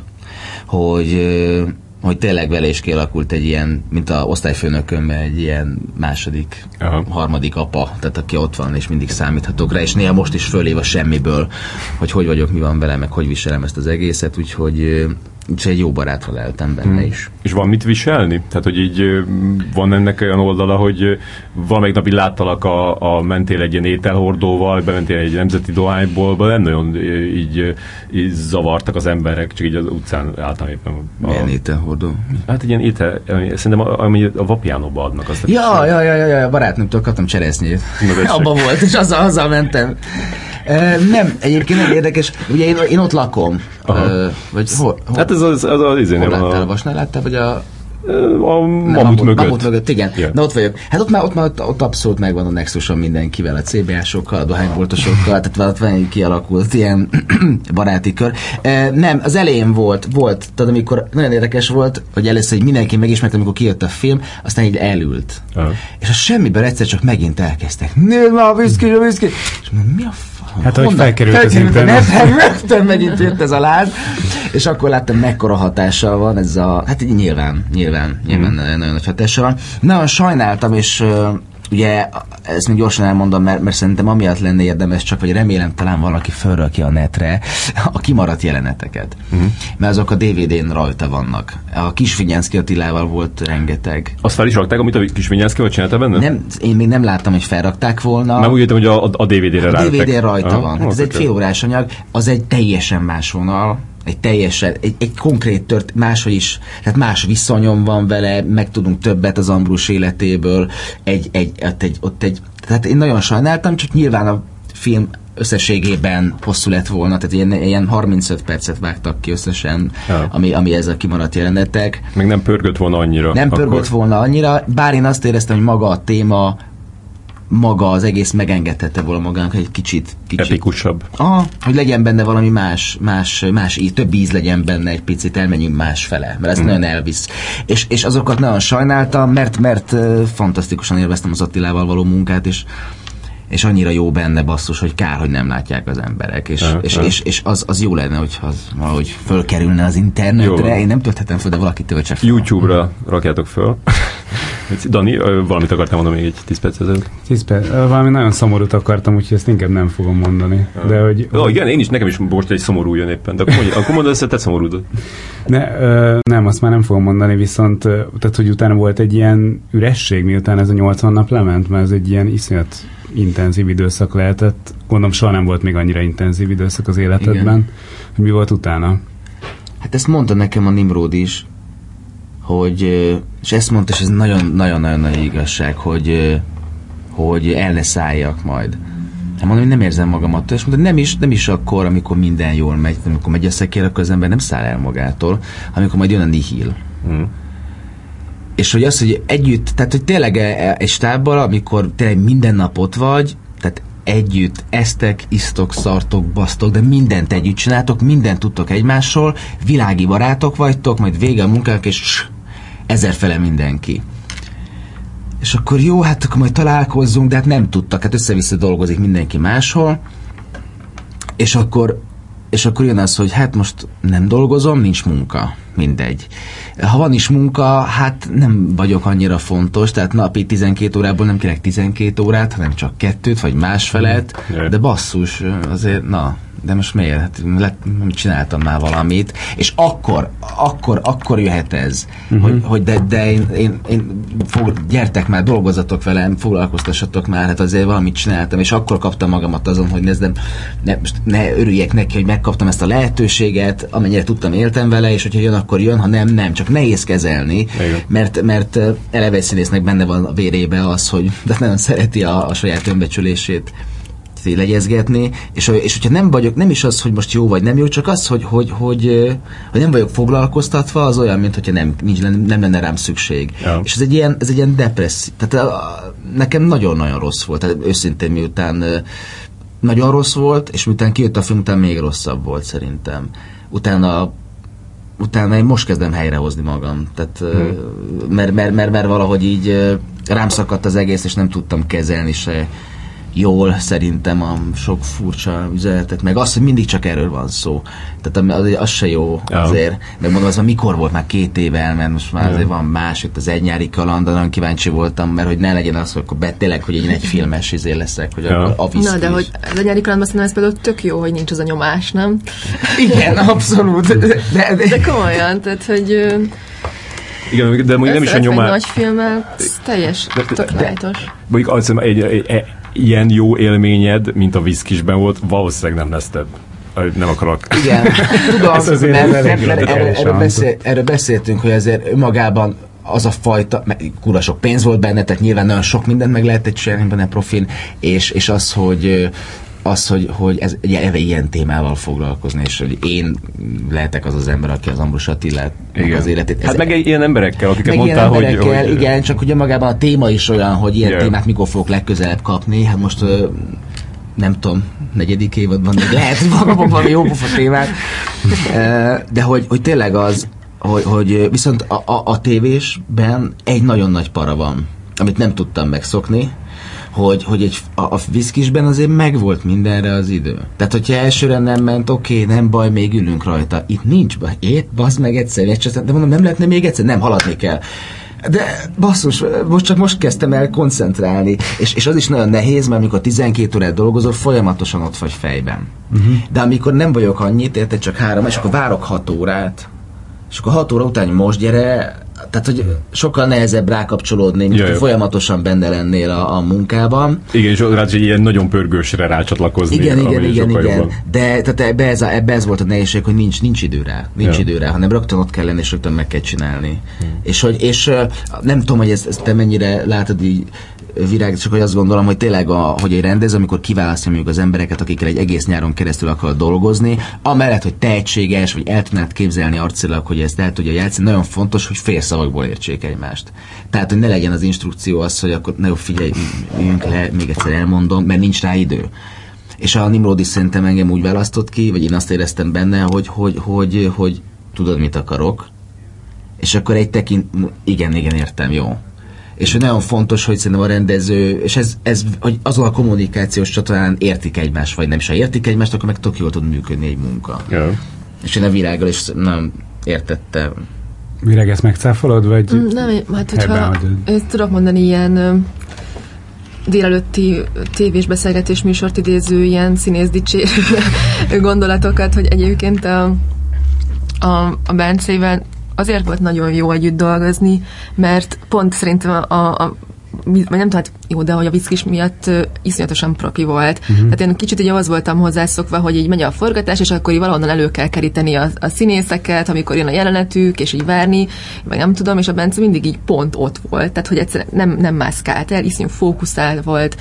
hogy tényleg vele is kialakult egy ilyen, mint a osztályfőnökömmel, egy ilyen harmadik apa, tehát aki ott van, és mindig számíthatok rá, és néha most is fölév a semmiből, hogy vagyok, mi van velem, meg hogy viselem ezt az egészet, úgyhogy egy jó barátra leltem benne is. És van mit viselni? Tehát, hogy így van ennek olyan oldala, hogy valamelyik napig láttalak mentél egy ilyen ételhordóval, bementél egy nemzeti dohányboltba, nem nagyon így zavartak az emberek, csak így az utcán álltam éppen. Milyen ételhordó? Hát egy ilyen étel, szerintem ami a Vapiánóba adnak. Azt Ja, barátnőmtől kaptam cseresznét. Abba volt, és azzal mentem. Nem, egyébként nem érdekes. Ugye én ott lakom. Vagy hol? Hát ez az izénél van. Hol láttál? A Vasnál láttál, vagy a Mamut mögött. Mamut mögött, igen. Yeah. Na ott vagyok. Hát ott abszolút megvan a nexuson mindenkivel, a CBA-sokkal, a dohányboltosokkal, tehát van kialakult ilyen baráti kör. Nem, az elején volt, tehát amikor nagyon érdekes volt, hogy először mindenki megismerte, amikor kijött a film, aztán így elült. És a semmiből egyszer csak megint elkezdtek. Nézd már a viszki! És mondom, mi a hát, hogy felkerült az internet. Rögtön megint jött ez a láz, és akkor láttam, mekkora hatással van ez a... Hát nyilván nagyon nagy hatással van. Nagyon sajnáltam, és ugye ezt még gyorsan elmondom, mert szerintem amiatt lenne érdemes, csak hogy remélem talán valaki fölrakja a netre a kimaradt jeleneteket. Mert azok a DVD-n rajta vannak. A Kisvinyánszky Attilával volt rengeteg. Azt fel is rakták, amit a Kisvinyánszky csinálta benne? Nem, én még nem láttam, hogy felrakták volna. Nem úgy értem, hogy a DVD-re rárakták. A DVD-n rajta van. Hát ez egy félórás anyag, az egy teljesen más vonal. Egy konkrét máshogy is, tehát más viszonyom van vele, megtudunk többet az Ambrus életéből, tehát én nagyon sajnáltam, csak nyilván a film összességében hosszú lett volna, tehát ilyen 35 percet vágtak ki összesen, ami ez a kimaradt jelenetek. Meg nem pörgött volna annyira. Nem pörgött volna annyira, bár én azt éreztem, hogy maga a téma, maga az egész megengedhette volna magának, hogy egy kicsit epikusabb. Hogy legyen benne valami más több íz legyen benne, egy picit elmenjünk másfele, mert ez nagyon elvisz. És azokat nagyon sajnáltam, mert fantasztikusan élveztem az Attilával való munkát, és annyira jó benne basszus, hogy kár, hogy nem látják az emberek, és az jó lenne, hogyha az valahogy fölkerülne az internetre. Jó. Én nem tölthetem föl, de valaki töltse fel. YouTube-ra rakjátok föl. Dani, valamit akartam mondani még egy 10 perc ezelőtt? 10 perc, valami nagyon szomorút akartam, úgyhogy ezt inkább nem fogom mondani. De hogy... Igen, nekem is most egy szomorú jön éppen, de akkor mondod ezt, te szomorúdod. Nem, azt már nem fogom mondani, viszont tehát, hogy utána volt egy ilyen üresség, miután ez a 80 nap lement, mert ez egy ilyen iszonyat intenzív időszak lehetett. Gondolom, soha nem volt még annyira intenzív időszak az életedben. Igen. Mi volt utána? Hát ezt mondta nekem a Nimród is, hogy, és ezt mondta, és ez nagyon-nagyon nagy igazság, hogy el ne szálljak majd. Hát mondom, hogy nem érzem magamat. És mondta, nem is akkor, amikor minden jól megy, amikor megy a szekér, akkor az ember nem száll el magától, amikor majd jön a nihil. És hogy az, hogy együtt, tehát hogy tényleg egy stábbal, amikor tényleg minden nap ott vagy, tehát együtt esztek, isztok, szartok, basztok, de mindent együtt csináltok, mindent tudtok egymásról, világi barátok vagytok, majd vége a munkának, és ezerfele mindenki. És akkor jó, hát akkor majd találkozzunk, de hát nem tudtak, hát össze-vissza dolgozik mindenki máshol, és akkor jön az, hogy hát most nem dolgozom, nincs munka, mindegy. Ha van is munka, hát nem vagyok annyira fontos, tehát napi 12 órából nem kérek 12 órát, hanem csak 2 vagy másfelet, de basszus, azért, de most miért? Hát csináltam már valamit, és akkor jöhet ez, hogy de én gyertek már, dolgozzatok velem, foglalkoztassatok már, hát azért valamit csináltam, és akkor kaptam magamat azon, hogy ne örüljek neki, hogy megkaptam ezt a lehetőséget, amennyire tudtam, éltem vele, és hogyha jön, akkor jön, ha nem, csak nehéz kezelni, mert eleve színésznek benne van a vérébe az, hogy de nagyon szereti a saját önbecsülését legyezgetni, és hogyha nem vagyok, nem is az, hogy most jó vagy nem jó, csak az, hogy nem vagyok foglalkoztatva, az olyan, mint hogyha nem lenne rám szükség. Ja. És ez egy ilyen depresszív. Tehát nekem nagyon-nagyon rossz volt. Tehát őszintén miután nagyon rossz volt, és miután kijött a film, után még rosszabb volt szerintem. Utána én most kezdem helyrehozni magam. Tehát, mert valahogy így rám szakadt az egész, és nem tudtam kezelni se jól szerintem a sok furcsa üzenetet, meg az, hogy mindig csak erről van szó. Tehát az se jó azért. Meg mondom, az mikor volt, már 2 éve elment, most már azért van más, itt az Egy nyári kaland, nagyon kíváncsi voltam, mert hogy ne legyen az, hogy akkor tényleg, hogy én egy filmes leszek, hogy akkor a viszki. Na, de hogy az Egy nyári kalandban szerintem ez például tök jó, hogy nincs az a nyomás, nem? Igen, abszolút. De komolyan, tehát, hogy... Igen, de mondjuk nem is a nyomás. Egy nagy filmmel, teljes, tök lájtos. Mondjuk azt hiszem, egy ilyen jó élményed, mint a viszkisben volt, valószínűleg nem lesz több. Nem akarok. Igen, tudom, erről beszéltünk, hogy azért önmagában az a fajta, kurva sok pénz volt benne, tehát nyilván nagyon sok mindent meg lehetett csinálni benne profin, és az, hogy ez ilyen témával foglalkozni, és hogy én lehetek az ember, aki az Ambrus Attilát az életét. Hát meg ilyen emberekkel, akiket mondtál, hogy... Igen, csak ugye magában a téma is olyan, hogy ilyen témát mikor fogok legközelebb kapni. Hát most nem tudom, 4. évadban még lehet, hogy magamon valami jó pofa témát. De hogy tényleg az, hogy viszont a tévésben egy nagyon nagy para van, amit nem tudtam megszokni, hogy a viszkisben azért megvolt mindenre az idő. Tehát, hogyha elsőre nem ment, oké, nem baj, még ülünk rajta. Itt nincs baj. Bazd meg egyszer, de mondom, nem lehetne még egyszer? Nem, haladni kell. De basszus, most kezdtem el koncentrálni. És az is nagyon nehéz, mert amikor 12 órát dolgozol, folyamatosan ott vagy fejben. De amikor nem vagyok annyit, érted, csak 3, és akkor várok 6 órát, és akkor 6 óra után most gyere, tehát, hogy sokkal nehezebb rákapcsolódni, mint hogy folyamatosan benne lennél a munkában. Igen, és ráadásul egy ilyen nagyon pörgősre rácsatlakozni. Igen. De tehát ebbe ez volt a nehézség, hogy nincs idő rá. Nincs idő rá, hanem rögtön ott kell lenni, és rögtön meg kell csinálni. És nem tudom, hogy ezt te mennyire látod így, Virág, csak hogy azt gondolom, hogy tényleg, hogy egy rendező, amikor kiválasztja mondjuk az embereket, akikkel egy egész nyáron keresztül akar dolgozni, amellett, hogy tehetséges, vagy el tudnád képzelni arcilag, hogy ezt el tudja játszani, nagyon fontos, hogy félszavakból értsék egymást. Tehát, hogy ne legyen az instrukció az, hogy akkor ne figyelj, üljünk le, még egyszer elmondom, mert nincs rá idő. És a Nimród is szerintem engem úgy választott ki, vagy én azt éreztem benne, hogy tudod, mit akarok, és akkor igen, értem, jó. És hogy nagyon fontos, hogy szerintem a rendező, és ez hogy azon a kommunikációs csatornán értik egymást, vagy nem is, ha értik egymást, akkor meg tök jól tud működni egy munka. Yeah. És én a Virággal is nem értettem Mire ezt megcáfolod, vagy? Nem, hát hogyha tudok mondani ilyen délelőtti tévés beszélgetés műsort idéző ilyen színész dicsérő gondolatokat, hogy egyébként a Bencével azért volt nagyon jó együtt dolgozni, mert pont szerintem vagy nem tudom, jó, de hogy a Viszkis miatt iszonyatosan profi volt. Tehát én kicsit így ahhoz voltam hozzászokva, hogy így megy a forgatás, és akkor így valahonnan elő kell keríteni a színészeket, amikor jön a jelenetük, és így várni, meg nem tudom, és a Bence mindig így pont ott volt. Tehát, hogy egyszerűen nem mászkált el, iszonyú fókuszált volt,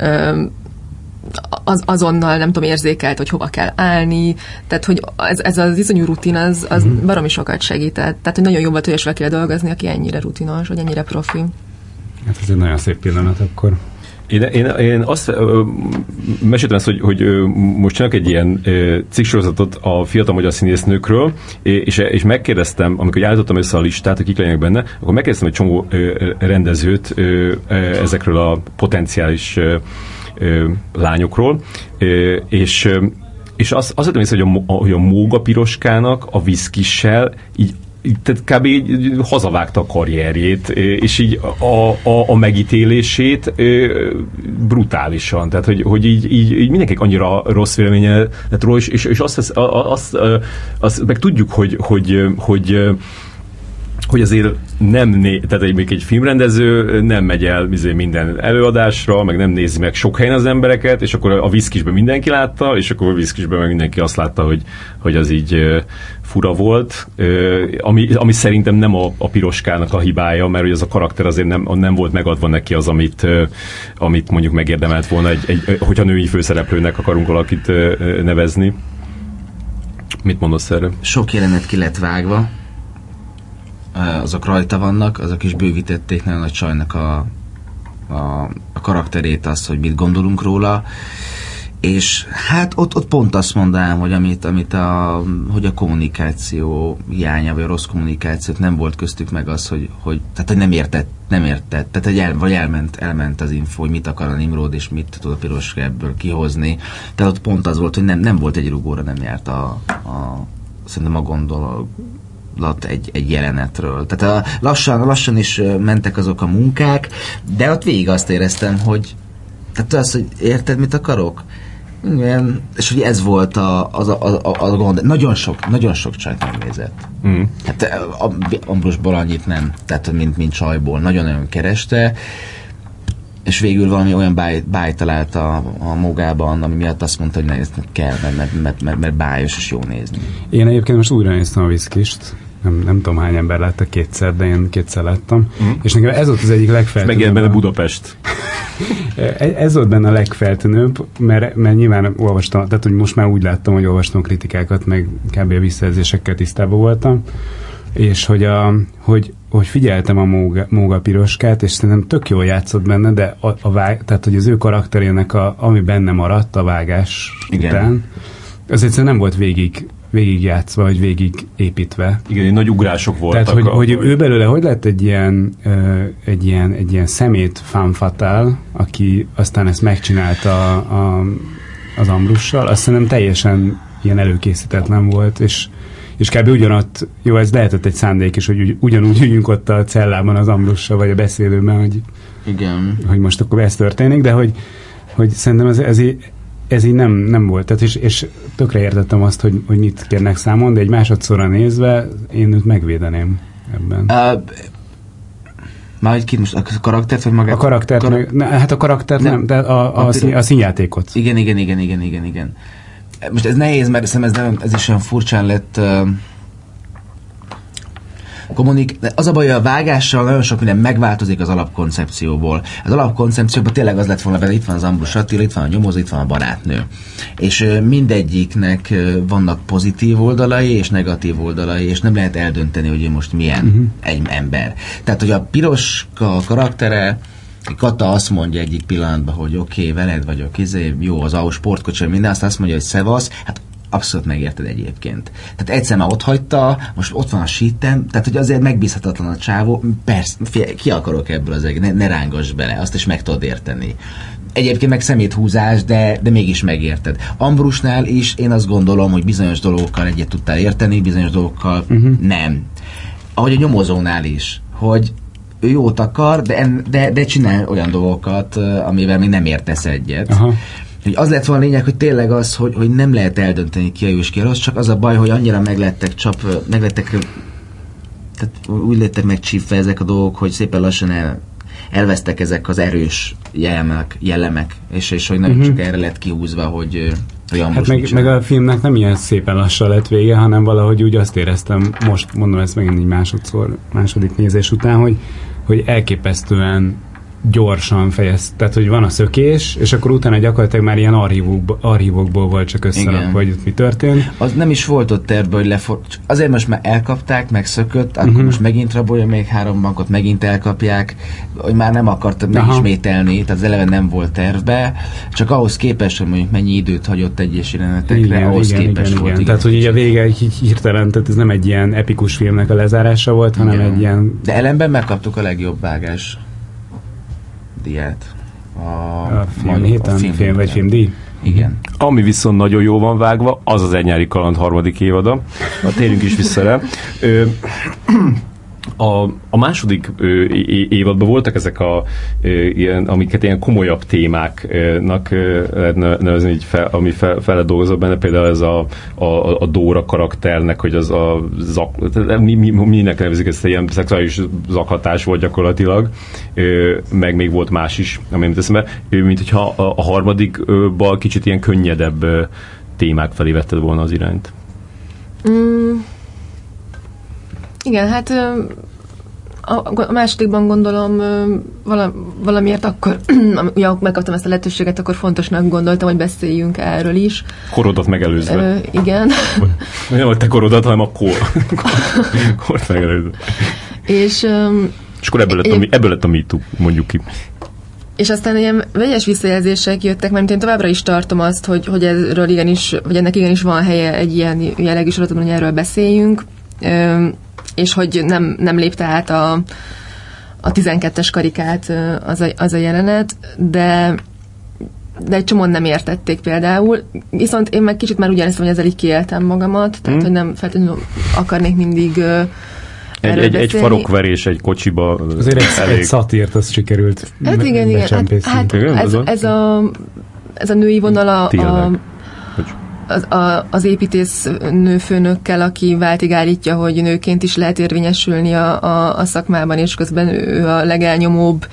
azonnal, nem tudom, érzékelt, hogy hova kell állni, tehát, hogy ez az iszonyú rutin, az baromi sokat segített. Tehát, hogy nagyon jó volt, hogy olyasmivel dolgozni, aki ennyire rutinos, vagy ennyire profi. Hát ez egy nagyon szép pillanat akkor. Én azt meséltem ezt, hogy most csinálok egy ilyen cikksorozatot a fiatal magyar színésznőkről, és megkérdeztem, amikor állítottam össze a listát, hogy kik legyenek benne, akkor megkérdeztem egy csomó rendezőt ezekről a potenciális lányokról, és azt vettem észre, hogy a Móga Piroskának a Viszkissel így tehát kb. Így hazavágta a karrierjét, és így a megítélését brutálisan. Tehát, hogy így mindenkinek annyira rossz véleménye lett róla, és azt meg tudjuk, hogy azért tehát még egy filmrendező nem megy el minden előadásra, meg nem nézi meg sok helyen az embereket, és akkor a Viszkisben mindenki látta, és akkor a Viszkisben meg mindenki azt látta, hogy az így fura volt, ami szerintem nem a Piroskának a hibája, mert az a karakter azért nem volt megadva neki az, amit mondjuk megérdemelt volna, hogyha női főszereplőnek akarunk valakit nevezni. Mit mondasz erre? Sok jelenet ki lett vágva, azok rajta vannak, azok is bővítették nagyon nagy Csajnak a karakterét, azt, hogy mit gondolunk róla, és hát ott pont azt mondanám, hogy hogy a kommunikáció hiánya, vagy a rossz kommunikációt nem volt köztük meg az, hogy nem értett, tehát vagy elment az info, hogy mit akar a Nimród, és mit tud a Piroska ebből kihozni. Tehát ott pont az volt, hogy nem volt egy rugóra, nem járt szerintem a gondolat egy jelenetről. Tehát lassan is mentek azok a munkák, de ott végig azt éreztem, hogy tehát az, hogy érted, mit akarok? Igen, és hogy ez volt a gond. Nagyon sok csajt nem nézett. Hát Ambrusból annyit nem, tehát mint csajból. Nagyon-nagyon kereste, és végül valami olyan báj talált a Mógában, ami miatt azt mondta, hogy ezt kell, mert bájos és jó nézni. Én egyébként most újra néztem a Viszkist. Nem tudom, hány ember látta kétszer, de én kétszer láttam. És nekem ez volt az egyik legfeltűnőbb. Megjelent benne Budapest. Ez volt benne a legfeltűnőbb, mert nyilván olvastam, tehát hogy most már úgy láttam, hogy olvastam kritikákat, meg kb. A visszajelzésekkel tisztában voltam, és hogy figyeltem a Móga Piroskát, és szerintem tök jól játszott benne, de tehát hogy az ő karakterének, ami benne maradt a vágás után, az egyszerűen nem volt végig játszva, vagy végig építve. Igen, nagy ugrások voltak. Tehát, hogy ő belőle hogy lett egy ilyen szemét femme fatale, aki aztán ezt megcsinálta az Ambrussal, azt szerintem teljesen ilyen előkészítetlen volt, és kb. Ugyanott, jó, ez lehetett egy szándék is, hogy ugyanúgy üljünk ott a cellában az Ambrussal, vagy a beszélőben, hogy most akkor ez történik, de hogy szerintem ez így nem volt. Tehát és tökre értettem azt, hogy mit kérnek számon, de egy másodszorra nézve én őt megvédeném ebben. Már egy most a karaktert, vagy magát? A karaktert, hát a karaktert nem, de a színjátékot. Igen. Most ez nehéz, mert szerintem ez is olyan furcsán lett az a baj, hogy a vágással nagyon sok minden megváltozik az alapkoncepcióból. Az alapkoncepcióban tényleg az lett volna vele, itt van az Ambrus Attila, itt van a nyomozó, itt van a barátnő. És mindegyiknek vannak pozitív oldalai és negatív oldalai, és nem lehet eldönteni, hogy ő most milyen egy ember. Tehát, hogy a Piroska karaktere, Kata azt mondja egyik pillanatban, hogy oké, veled vagyok, jó, az AU sportkocsi, minden, azt mondja, hogy szevasz, hát abszolút megérted egyébként. Tehát egyszer már ott hagyta, most ott van a síten, tehát hogy azért megbízhatatlan a csávó, persze, ki akarok ebből az egész, ne rángass bele, azt is meg tudod érteni. Egyébként meg szeméthúzás, de mégis megérted. Ambrusnál is én azt gondolom, hogy bizonyos dolgokkal egyet tudtál érteni, bizonyos dolgokkal nem. ahogy a nyomozónál is, hogy ő jót akar, de csinál olyan dolgokat, amivel még nem értesz egyet. Aha. Hogy az lett volna a lényeg, hogy tényleg az, hogy nem lehet eldönteni ki a jó és ki a rossz, csak az a baj, hogy annyira tehát úgy lettek megcsípve ezek a dolgok, hogy szépen lassan elvesztek ezek az erős jellemek, és hogy nem csak erre lett kihúzva, hogy hát meg a filmnek nem ilyen szépen lassan lett vége, hanem valahogy úgy azt éreztem, most mondom ezt megint így második nézés után, hogy elképesztően gyorsan tehát hogy van a szökés, és akkor utána gyakorlatilag már ilyen archívokból volt csak összerakva, hogy mi történt. Az nem is volt ott tervben, hogy azért most már elkapták, megszökött, akkor most megint rabolja még 3 bankot, megint elkapják, hogy már nem akartak megismételni, tehát az eleve nem volt tervbe, csak ahhoz képest, hogy mondjuk mennyi időt hagyott egyes jelenetekre, ahhoz képest volt. Igen. Tehát, hogy így a vége így hirtelen, tehát ez nem egy ilyen epikus filmnek a lezárása volt, hanem egy ilyen... De ellenben megkaptuk a legjobb vágás diát. A filmdíj? Igen. Ami viszont nagyon jó van vágva, az az Egy nyári kaland 3. évada. Térjünk is vissza rá. A második évadban voltak ezek amiket ilyen komolyabb témáknak nevezni, így ami fel lett dolgozott benne, például ez a Dóra karakternek, hogy az minek nevezik ezt, ilyen szexuális zaklatás volt gyakorlatilag, meg még volt más is, ami nem teszem be, mint hogyha a harmadikban kicsit ilyen könnyedebb témák felé vetted volna az irányt. Igen, hát a másodikban gondolom valamiért akkor, ugye megkaptam ezt a lehetőséget, akkor fontosnak gondoltam, hogy beszéljünk erről is. Korodat megelőzve. Igen. Nem volt te korodat, hanem a kort megelőzve. És akkor ebből lett a MeToo, mondjuk ki. És aztán ilyen vegyes visszajelzések jöttek, mert én továbbra is tartom azt, hogy erről igenis, vagy ennek igenis van helye egy ilyen jellegű sorozatban, hogy erről beszéljünk. És hogy nem lépte át a 12-es karikát az a jelenet, de egy csomóan nem értették például. Viszont én meg kicsit már úgy éreztem, hogy ezzel így kiéltem magamat, tehát hogy nem feltétlenül akarnék mindig egy farokverés egy kocsiba. Azért egy szatírt, az sikerült. Hát igen. Hát ez a női vonal az építésznőfőnökkel, aki váltig állítja, hogy nőként is lehet érvényesülni a szakmában, és közben ő a legelnyomóbb,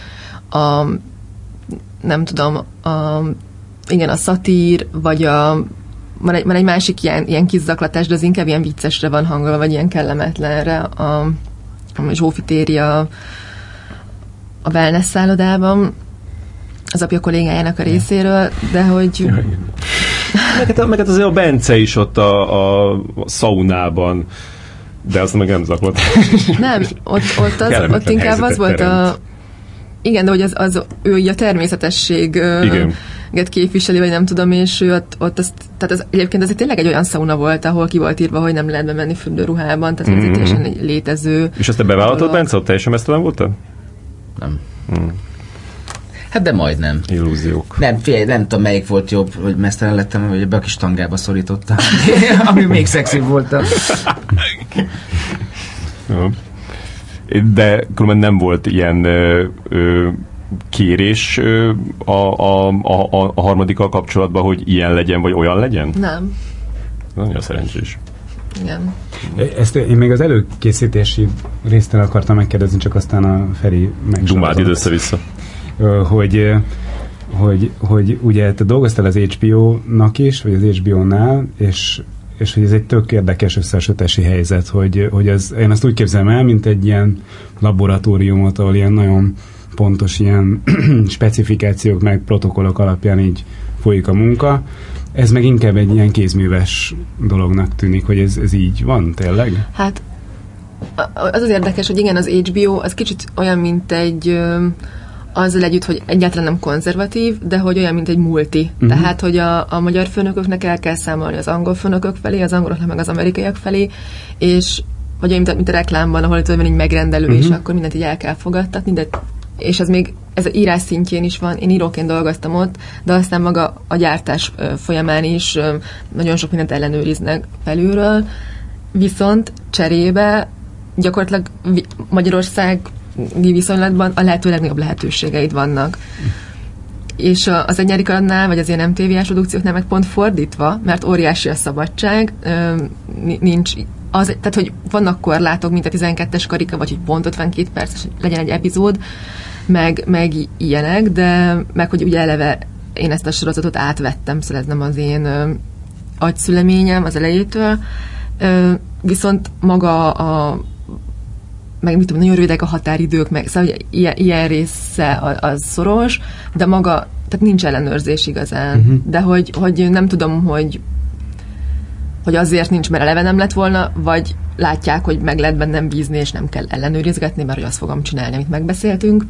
nem tudom, a szatír, vagy van egy másik ilyen kis zaklatás, de az inkább ilyen viccesre van hangolva, vagy ilyen kellemetlenre. A Zsófi téri a wellness szállodában az apja kollégájának a részéről, de hogy... Meg azért a Bence is ott a szaunában, de azt meg nem zaklat. Nem, ott inkább az volt igen, de hogy ő így a természetességet képviseli, vagy nem tudom, és ő tehát egyébként azért tényleg egy olyan szauna volt, ahol ki volt írva, hogy nem lehet bemenni fürdőruhában, tehát ez teljesen egy létező. És azt te bevállaltad, Bence, ott teljesen mesztelen voltál? Nem. Hát de majdnem. Illúziók. Nem tudom, melyik volt jobb, hogy mesztelen lettem, vagy ebbe a kis tangába szorítottam. Ami még szexibb volt. De különben nem volt ilyen kérés a harmadikkal kapcsolatban, hogy ilyen legyen, vagy olyan legyen? Nem. Nagyon szerencsés. Igen. Ezt én még az előkészítési résztől akartam megkérdezni, csak aztán a Feri Dumád össze-vissza. Hogy ugye te dolgoztál az HBO-nak is, vagy az HBO-nál, és hogy ez egy tök érdekes összeesítési helyzet, hogy én azt úgy képzelem el, mint egy ilyen laboratóriumot, ahol ilyen nagyon pontos ilyen specifikációk meg protokollok alapján így folyik a munka. Ez meg inkább egy ilyen kézműves dolognak tűnik, hogy ez így van tényleg? Hát az érdekes, hogy igen, az HBO az kicsit olyan, mint egy azzal együtt, hogy egyáltalán nem konzervatív, de hogy olyan, mint egy multi. Tehát, hogy a magyar főnököknek el kell számolni az angol főnökök felé, az angoloknak meg az amerikaiak felé, és vagy olyan, mint a reklámban, ahol van egy megrendelő, és akkor mindent így el kell fogadtatni, és ez az írás szintjén is van, én íróként dolgoztam ott, de aztán maga a gyártás folyamán is nagyon sok mindent ellenőriznek felülről, viszont cserébe gyakorlatilag Magyarországi viszonylatban a lehető legnagyobb lehetőségeid vannak. És az Egy nyári kalandnál, vagy az ilyen MTV-s produkcióknál meg pont fordítva, mert óriási a szabadság, nincs tehát, hogy vannak korlátok, mint a 12-es karika, vagy hogy pont 52 perc legyen egy epizód, meg ilyenek, de meg, hogy ugye eleve én ezt a sorozatot átvettem, szóval ez nem az én agyszüleményem az elejétől, viszont maga meg mit tudom, nagyon rövidek a határidők, meg szóval ilyen része az szoros, de maga, tehát nincs ellenőrzés igazán. De hogy nem tudom, hogy azért nincs, mert eleve nem lett volna, vagy látják, hogy meg lehet bennem bízni, és nem kell ellenőrizgetni, mert hogy azt fogom csinálni, amit megbeszéltünk.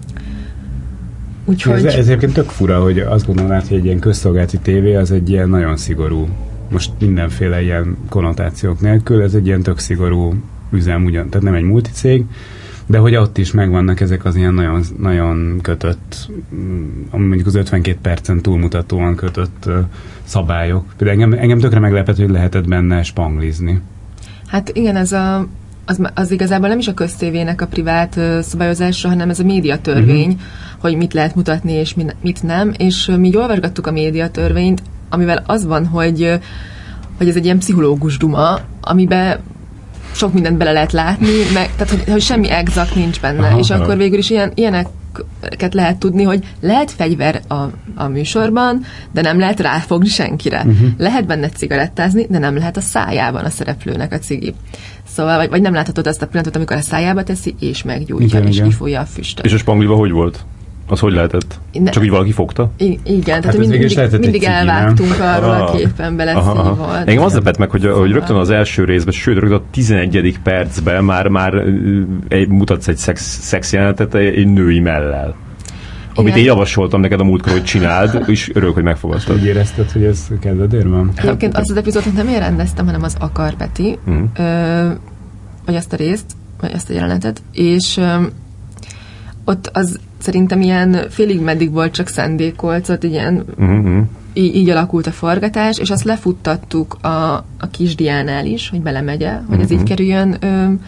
Úgyhogy... Ez egyébként tök fura, hogy azt gondolom, hogy egy ilyen közszolgálati tévé az egy ilyen nagyon szigorú, most mindenféle ilyen konnotációk nélkül, ez egy ilyen tök szigorú üzem ugyan, tehát nem egy multicég, de hogy ott is megvannak ezek az ilyen nagyon, nagyon kötött, mondjuk az 52 percen túlmutatóan kötött szabályok. Például engem tökre meglepett, hogy lehetett benne spanglizni. Hát igen, az igazából nem is a köztévének a privát szabályozása, hanem ez a médiatörvény, hogy mit lehet mutatni és mit nem, és mi olvasgattuk a médiatörvényt, amivel az van, hogy ez egy ilyen pszichológus duma, amiben sok mindent bele lehet látni, tehát hogy semmi exakt nincs benne, és akkor végül is ilyeneket lehet tudni, hogy lehet fegyver a műsorban, de nem lehet ráfogni senkire. Lehet benne cigarettázni, de nem lehet a szájában a szereplőnek a cigi. Szóval, vagy nem láthatod azt a pillanatot, amikor a szájába teszi, és meggyújtja, és kifújja a füstöt. És a spangliba hogy volt? Az hogy lehetett? Csak így valaki fogta? Igen, tehát mindig elvágtunk arról a képen beleszívott. Engem az lepett meg, hogy rögtön az első részben, sőt, rögtön a 11. percben már mutatsz egy szex jelenetet egy női mellel. Amit én javasoltam neked a múltkor, hogy csináld, és örülök, hogy megfogadtad. Úgy érezted, hogy ez kedvedér van? Egyébként azt az epizódot nem én rendeztem, hanem az Akar Peti, vagy azt a részt, vagy azt a jelenetet, és ott az szerintem ilyen félig meddig volt csak szándékolt, szóval ilyen így alakult a forgatás, és azt lefuttattuk a Kis Diánál is, hogy belemegye, hogy ez így kerüljön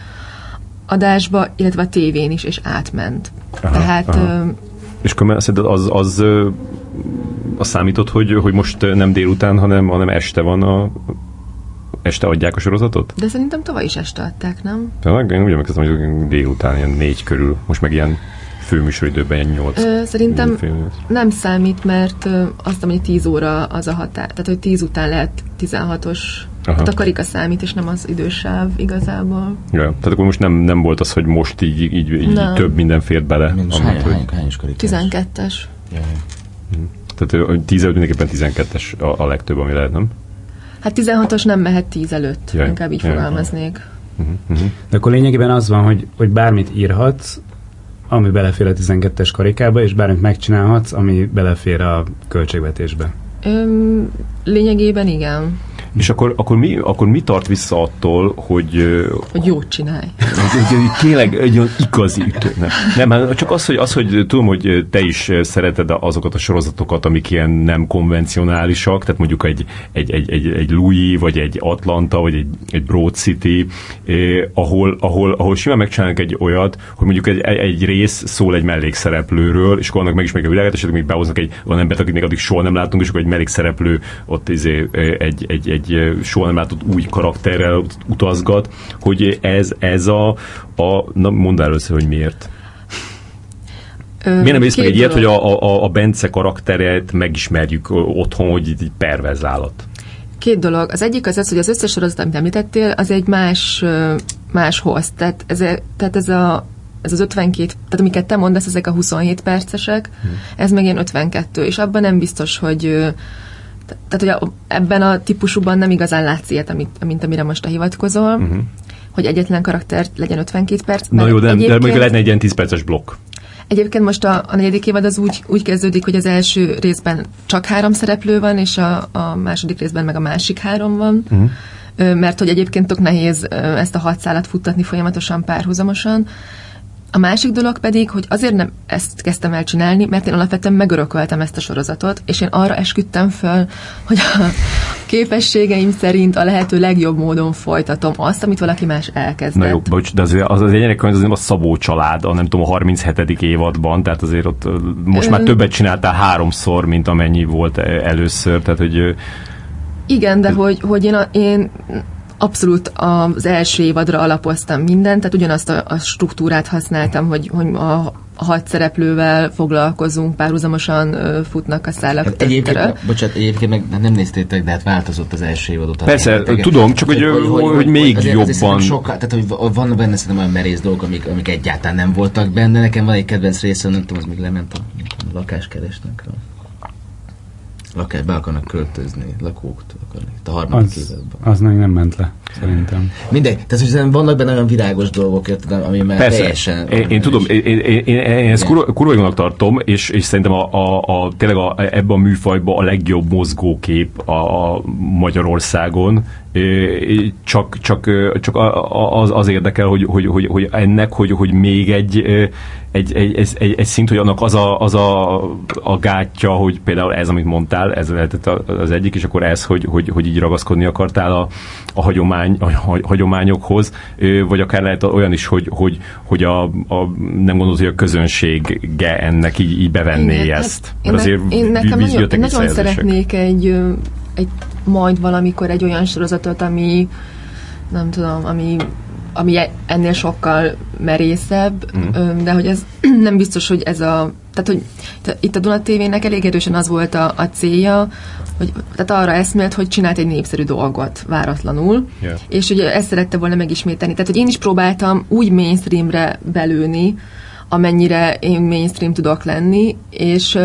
adásba, illetve a tévén is, és átment. Tehát... És szerinted az számított, hogy most nem délután, hanem este van este adják a sorozatot? De szerintem tavaly is este adták, nem? Tényleg? Én úgy emlékeztem, hogy délután ilyen 4 körül. Most meg ilyen főműsoridőben ilyen 8. Szerintem nem számít, mert azt, hogy 10 óra az a határ. Tehát, hogy 10 után lehet 16-os. Hát a karika számít, és nem az idősáv igazából. Ja, tehát akkor most nem volt az, hogy most így több minden fért bele. Hányos karika? 12-es. Tehát 10 előtt mindenképpen 12-es a legtöbb, ami lehet, nem? Hát 16-os nem mehet 10 előtt, inkább így fogalmaznék. De akkor lényegében az van, hogy bármit írhatsz, ami belefér a 12-es karikába, és bármit megcsinálhatsz, ami belefér a költségvetésbe. Lényegében igen. És akkor mi tart vissza attól, hogy jót csinálj. Tényleg egy olyan igazi ütő. Nem, csak az, hogy tudom, hogy te is szereted azokat a sorozatokat, amik ilyen nem konvencionálisak, tehát mondjuk egy Louis, vagy egy Atlanta, vagy egy Broad City, ahol simán megcsinálnak egy olyat, hogy mondjuk egy rész szól egy mellékszereplőről, és akkor annak megismerik a világot, és még behoznak egy olyan embert, akit még addig soha nem látunk, és akkor egy mellékszereplő ott egy soha nem látott új karakterrel utazgat, hogy ez na mondd el először, hogy miért. Miért nem ész meg egy ilyet, hogy a Bence karakteret megismerjük otthon, hogy így perverz állat? 2 dolog. Az egyik az, hogy az összes sorozat, amit említettél, az egy más host. Tehát ez az 52, tehát amiket te mondasz, ezek a 27 percesek, ez meg ilyen 52, és abban nem biztos, hogy tehát, hogy ebben a típusúban nem igazán látsz ilyet, mint amire most te hivatkozol, hogy egyetlen karakter legyen 52 perc. Na jó, de mondjuk lehetne egy ilyen 10 perces blokk. Egyébként most a 4. évad az úgy kezdődik, hogy az első részben csak 3 szereplő van, és a második részben meg a másik 3 van. Mert hogy egyébként tök nehéz ezt a 6 szálat futtatni folyamatosan, párhuzamosan. A másik dolog pedig, hogy azért nem ezt kezdtem el csinálni, mert én alapvetően megörököltem ezt a sorozatot, és én arra esküdtem föl, hogy képességeim szerint a lehető legjobb módon folytatom azt, amit valaki más elkezdett. Na jó, bocs, de az egy gyerekkönyv, az nem a Szabó család, nem tudom, a 37. évadban, tehát azért ott most már többet csináltál 3-szor, mint amennyi volt először, tehát hogy... Igen, de hogy én abszolút az első évadra alapoztam mindent, tehát ugyanazt a struktúrát használtam, hogy a 6 szereplővel foglalkozunk, párhuzamosan futnak a szálak. Hát egyébként meg nem néztétek, de hát változott az első évad után. Persze, tudom, csak hogy még azért, jobban... Tehát, hogy van benne szerintem olyan merész dolgok, amik egyáltalán nem voltak benne. Nekem van egy kedvenc része, nem tudom, hogy még lement a lakáskeresnek. Be akarnak költözni, lakók akarnak itt a harmadik évadban. Az nem ment le, szerintem. Mindegy, tehát hogy vannak benne olyan virágos dolgok, ami már persze, teljesen... Én tudom, én ezt kurva jónak tartom, és szerintem tényleg ebben a műfajban a legjobb mozgókép a Magyarországon, csak az érdekel, hogy ennek, hogy még egy szint, hogy annak az a gátja, hogy például ez, amit mondtál, ez lehetett az egyik, és akkor ez, hogy így ragaszkodni akartál a hagyományokhoz, vagy akár lehet olyan is, hogy nem gondolod, hogy a közönsége ennek így bevenné. Igen, ezt. Én nagyon szeretnék egy majd valamikor egy olyan sorozatot, ami nem tudom, ami ennél sokkal merészebb, de hogy ez nem biztos, hogy ez tehát, hogy itt a Duna TV-nek elég erősen az volt a célja, hogy tehát arra eszmélt, hogy csinált egy népszerű dolgot váratlanul, és ugye ezt szerette volna megismételni. Tehát, hogy én is próbáltam úgy mainstreamre belőni, amennyire én mainstream tudok lenni, és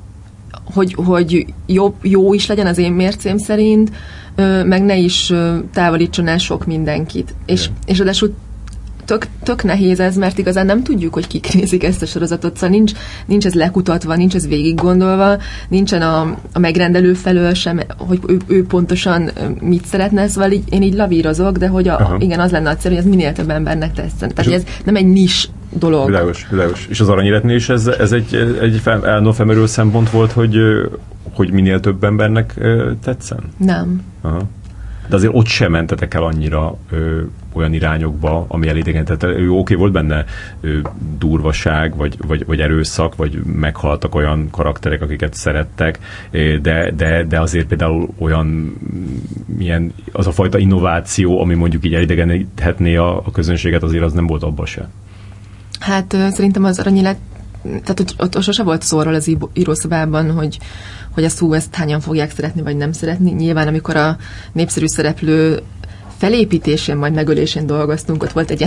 hogy jó is legyen az én mércém szerint, meg ne is távolítson el sok mindenkit. És ráadásul tök nehéz ez, mert igazán nem tudjuk, hogy kik nézik ezt a sorozatot, szóval nincs ez lekutatva, nincs ez végig gondolva, nincsen a megrendelő felől sem, hogy ő pontosan mit szeretne, szóval én így lavírozok, de hogy igen, az lenne a cél, hogy ez minél több embernek tetszen. Tehát ez nem egy nis dolog. Világos. És az Aranyéletnél is ez egy felmerülő szempont volt, hogy minél több embernek tetszen? Nem. Aha. De azért ott sem mentetek el annyira olyan irányokba, ami elidegenített. Oké, volt benne durvaság, vagy erőszak, vagy meghaltak olyan karakterek, akiket szerettek, de azért például olyan milyen, az a fajta innováció, ami mondjuk így elidegeníthetné a közönséget, azért az nem volt abban se. Hát szerintem az Aranyélet, tehát ott sose volt szó arról az írószobában, hogy ezt hányan fogják szeretni, vagy nem szeretni. Nyilván, amikor a népszerű szereplő felépítésén, majd megölésén dolgoztunk, ott volt egy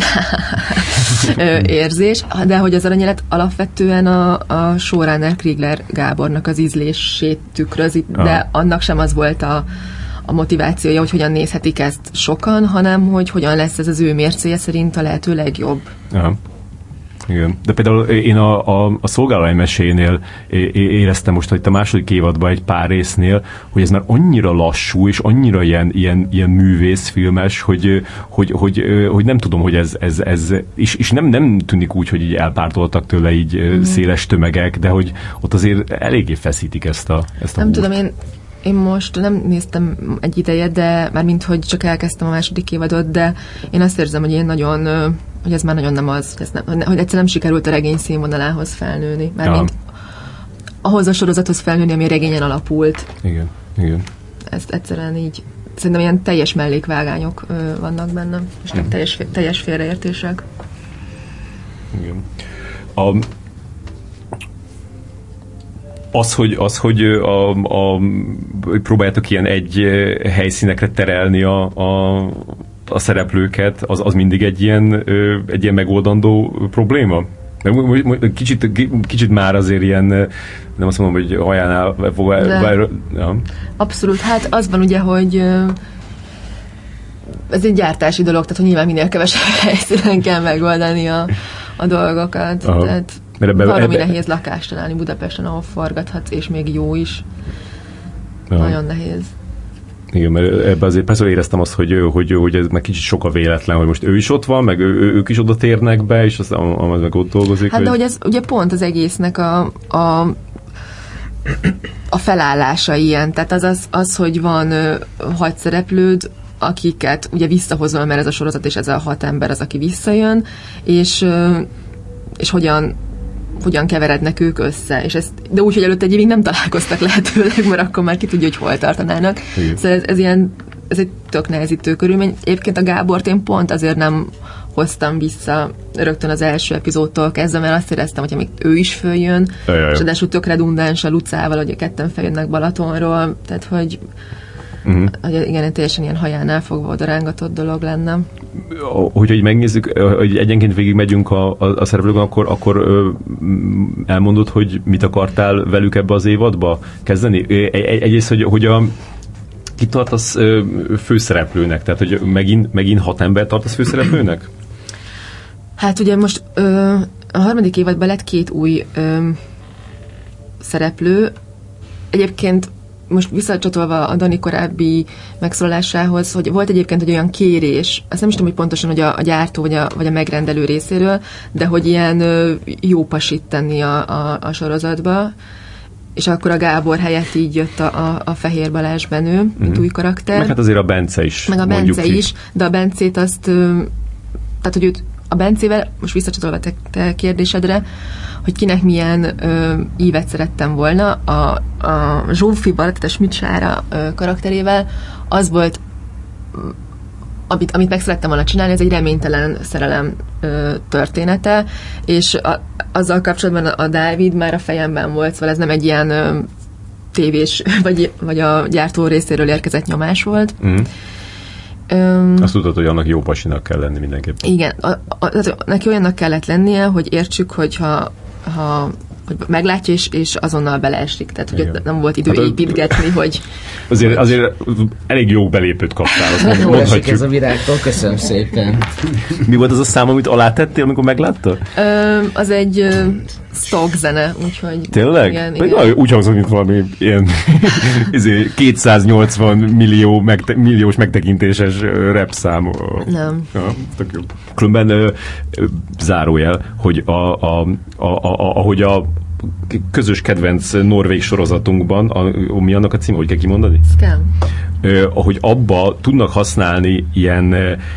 érzés, de hogy az Aranyélet alapvetően a showrunner Kriegler Gábornak az ízlését tükrözi, de annak sem az volt a motivációja, hogy hogyan nézhetik ezt sokan, hanem hogy hogyan lesz ez az ő mércéje szerint a lehető legjobb. Aha. Igen. De például én a Szolgálói mesénél éreztem most, hogy a második évadban egy pár résznél, hogy ez már annyira lassú, és annyira ilyen művészfilmes, hogy nem tudom, hogy ez és nem tűnik úgy, hogy így elpártoltak tőle így széles tömegek, de hogy ott azért eléggé feszítik ezt a nem tudom, én most nem néztem egy ideje, de mármint, hogy csak elkezdtem a második évadot, de én azt érzem, hogy én nagyon, hogy ez már nagyon nem az, hogy egyszer nem sikerült a regény színvonalához felnőni. Mármint ahhoz a sorozathoz felnőni, ami a regényen alapult. Igen. Ezt egyszerűen így, szerintem ilyen teljes mellékvágányok vannak bennem, és teljes félreértések. Igen. hogy próbáljátok ilyen egy helyszínekre terelni a szereplőket, az mindig egy ilyen megoldandó probléma? Kicsit már azért ilyen, nem azt mondom, hogy hajánál ja. Abszolút, hát az van ugye, hogy ez egy gyártási dolog, tehát hogy nyilván minél kevesebb helyszínen kell megoldani a dolgokat. Aha. Tehát valami nehéz lakást találni Budapesten, ahol forgathatsz, és még jó is. Aha. Nagyon nehéz. Igen, mert ebben azért persze éreztem azt, hogy ez meg kicsit sok a véletlen, hogy most ő is ott van, meg ők is oda térnek be, és aztán meg ott dolgozik. Hát de hogy ez ugye pont az egésznek a felállása ilyen. Tehát az hogy van 6 szereplőd, akiket ugye visszahozol, mert ez a sorozat, és ez a 6 ember az, aki visszajön, és hogyan keverednek ők össze. És de úgy, hogy előtte egy évig nem találkoztak lehetőleg, mert akkor már ki tudja, hogy hol tartanának. Szóval ez egy tök nehezítő körülmény. Egyébként a Gábort én pont azért nem hoztam vissza rögtön az első epizódtól kezdve, mert azt éreztem, hogy amíg ő is följön, és adásul tök redundáns a Lucával, hogy a ketten feljönnek Balatonról, tehát hogy igen, teljesen ilyen hajánál fogva oda rángatott dolog lenne. Hogy megnézzük, hogy egyenként végig megyünk a szereplőkön, akkor elmondod, hogy mit akartál velük ebbe az évadba kezdeni? Egyrészt, hogy ki tartasz főszereplőnek? Tehát, hogy megint 6 ember tartasz főszereplőnek? Hát ugye most a harmadik évadban lett 2 új szereplő. Egyébként most visszacsatolva a Dani korábbi megszólalásához, hogy volt egyébként egy olyan kérés, azt nem is tudom, hogy pontosan, hogy a gyártó vagy a megrendelő részéről, de hogy ilyen jó pasit tenni a sorozatba, és akkor a Gábor helyett így jött a Fehér Balázs Benő, mint új karakter. Meg hát azért a Bence is. Meg a Bence is, de a Bencét azt, tehát hogy őt a Bencével, most visszacsatolva te kérdésedre, hogy kinek milyen ívet szerettem volna, a Zsófival, tehát a Schmidt Sára karakterével, az volt, amit meg szerettem volna csinálni, ez egy reménytelen szerelem története, és azzal kapcsolatban a Dávid már a fejemben volt, szóval ez nem egy ilyen tévés, vagy a gyártó részéről érkezett nyomás volt. Azt tudod, hogy annak jó pasinak kell lenni mindenképpen. Igen, neki olyannak kellett lennie, hogy értsük, hogy hogy meglátja, és azonnal beleesik. Tehát, hogy nem volt idő építgetni, hogy... Azért elég jó belépőt kaptál. Jól esik ez a virágtól, köszönöm szépen. Mi volt az a szám, amit alátettél, amikor megláttad? Az egy stock zene, úgyhogy... Tényleg? Igen. Úgy hangzott, mint valami ilyen 280 milliós megtekintéses rap szám. Nem. Ja, tök jó. Különben zárójel, hogy ahogy a közös kedvenc norvég sorozatunkban, mi annak a címe, hogy kell kimondani? Scam. Ahogy abba tudnak használni ilyen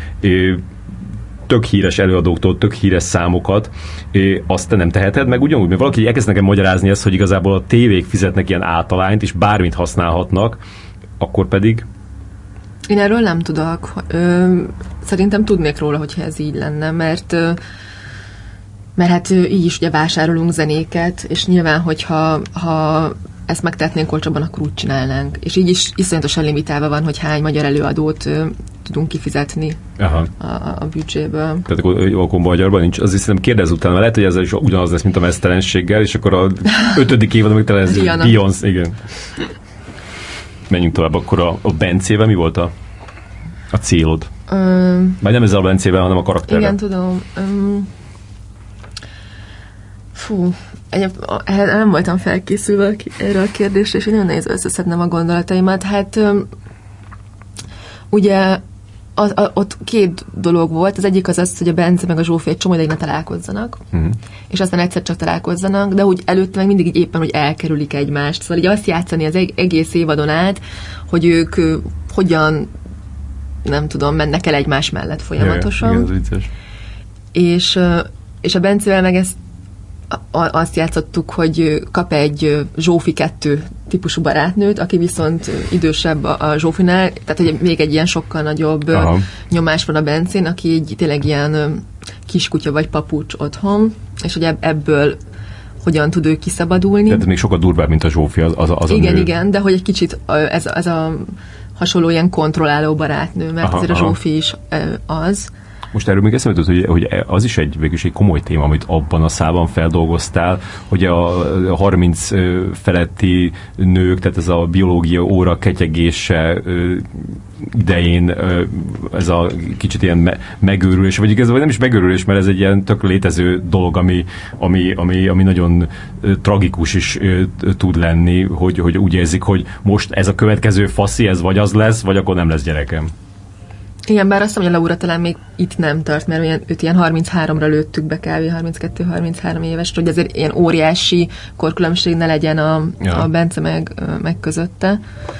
tök híres előadóktól tök híres számokat, azt te nem teheted meg ugyanúgy, mert valaki elkezd nekem magyarázni ezt, hogy igazából a tévék fizetnek ilyen általányt, és bármit használhatnak, akkor pedig... Én erről nem tudok. Szerintem tudnék róla, hogyha ez így lenne, mert hát így is ugye vásárolunk zenéket, és nyilván, hogyha ezt megtehetnénk olcsóbban, akkor úgy csinálnánk. És így is iszonyatosan limitálva van, hogy hány magyar előadót tudunk kifizetni a büdzséből. Tehát akkor magyarban nincs. Azért szerintem kérdez utána, mert lehet, hogy ezzel is ugyanaz lesz, mint a meztelenséggel, és akkor a 5. évadon még talán ez Beyoncé, igen. Menjünk tovább, akkor a Bencével mi volt a célod? Vagy nem ezzel a Bencével, hanem a karakterrel. Igen, tudom. Nem voltam felkészülve erre a kérdésre, és nagyon nehéz összeszednem a gondolataimat. Hát ugye ott 2 dolog volt. Az egyik az, hogy a Bence meg a Zsófi egy csomó ideig ne találkozzanak, és aztán egyszer csak találkozzanak, de úgy előtte meg mindig így éppen, hogy elkerülik egymást. Szóval így azt játszani az egész évadon át, hogy ők hogyan, nem tudom, mennek el egymás mellett folyamatosan. Igen, ez vicces. És a Bencével meg ezt azt játszottuk, hogy kap egy Zsófi 2 típusú barátnőt, aki viszont idősebb a Zsófinál, tehát hogy még egy ilyen sokkal nagyobb nyomás van a Bencén, aki egy tényleg ilyen kiskutya vagy papucs otthon, és hogy ebből hogyan tud ő kiszabadulni. Tehát még sokkal durvább, mint a Zsófi, az igen, a nő. Igen, de hogy egy kicsit ez a hasonló ilyen kontrolláló barátnő, mert azért a Zsófi is az. Most erről még eszembe jutott, hogy az is végülis egy komoly téma, amit abban a szában feldolgoztál, hogy a 30 feletti nők, tehát ez a biológia óra ketyegése idején ez a kicsit ilyen megőrülés, vagy igazából nem is megőrülés, mert ez egy ilyen tök létező dolog, ami nagyon tragikus is tud lenni, hogy úgy érzik, hogy most ez a következő faszi, ez vagy az lesz, vagy akkor nem lesz gyerekem. Igen, bár azt mondom, hogy a Laura talán még itt nem tart, mert őt ilyen 33-ra lőttük be kb. 32-33 éves, hogy azért ilyen óriási korkülönbség ne legyen a Bence meg közötte.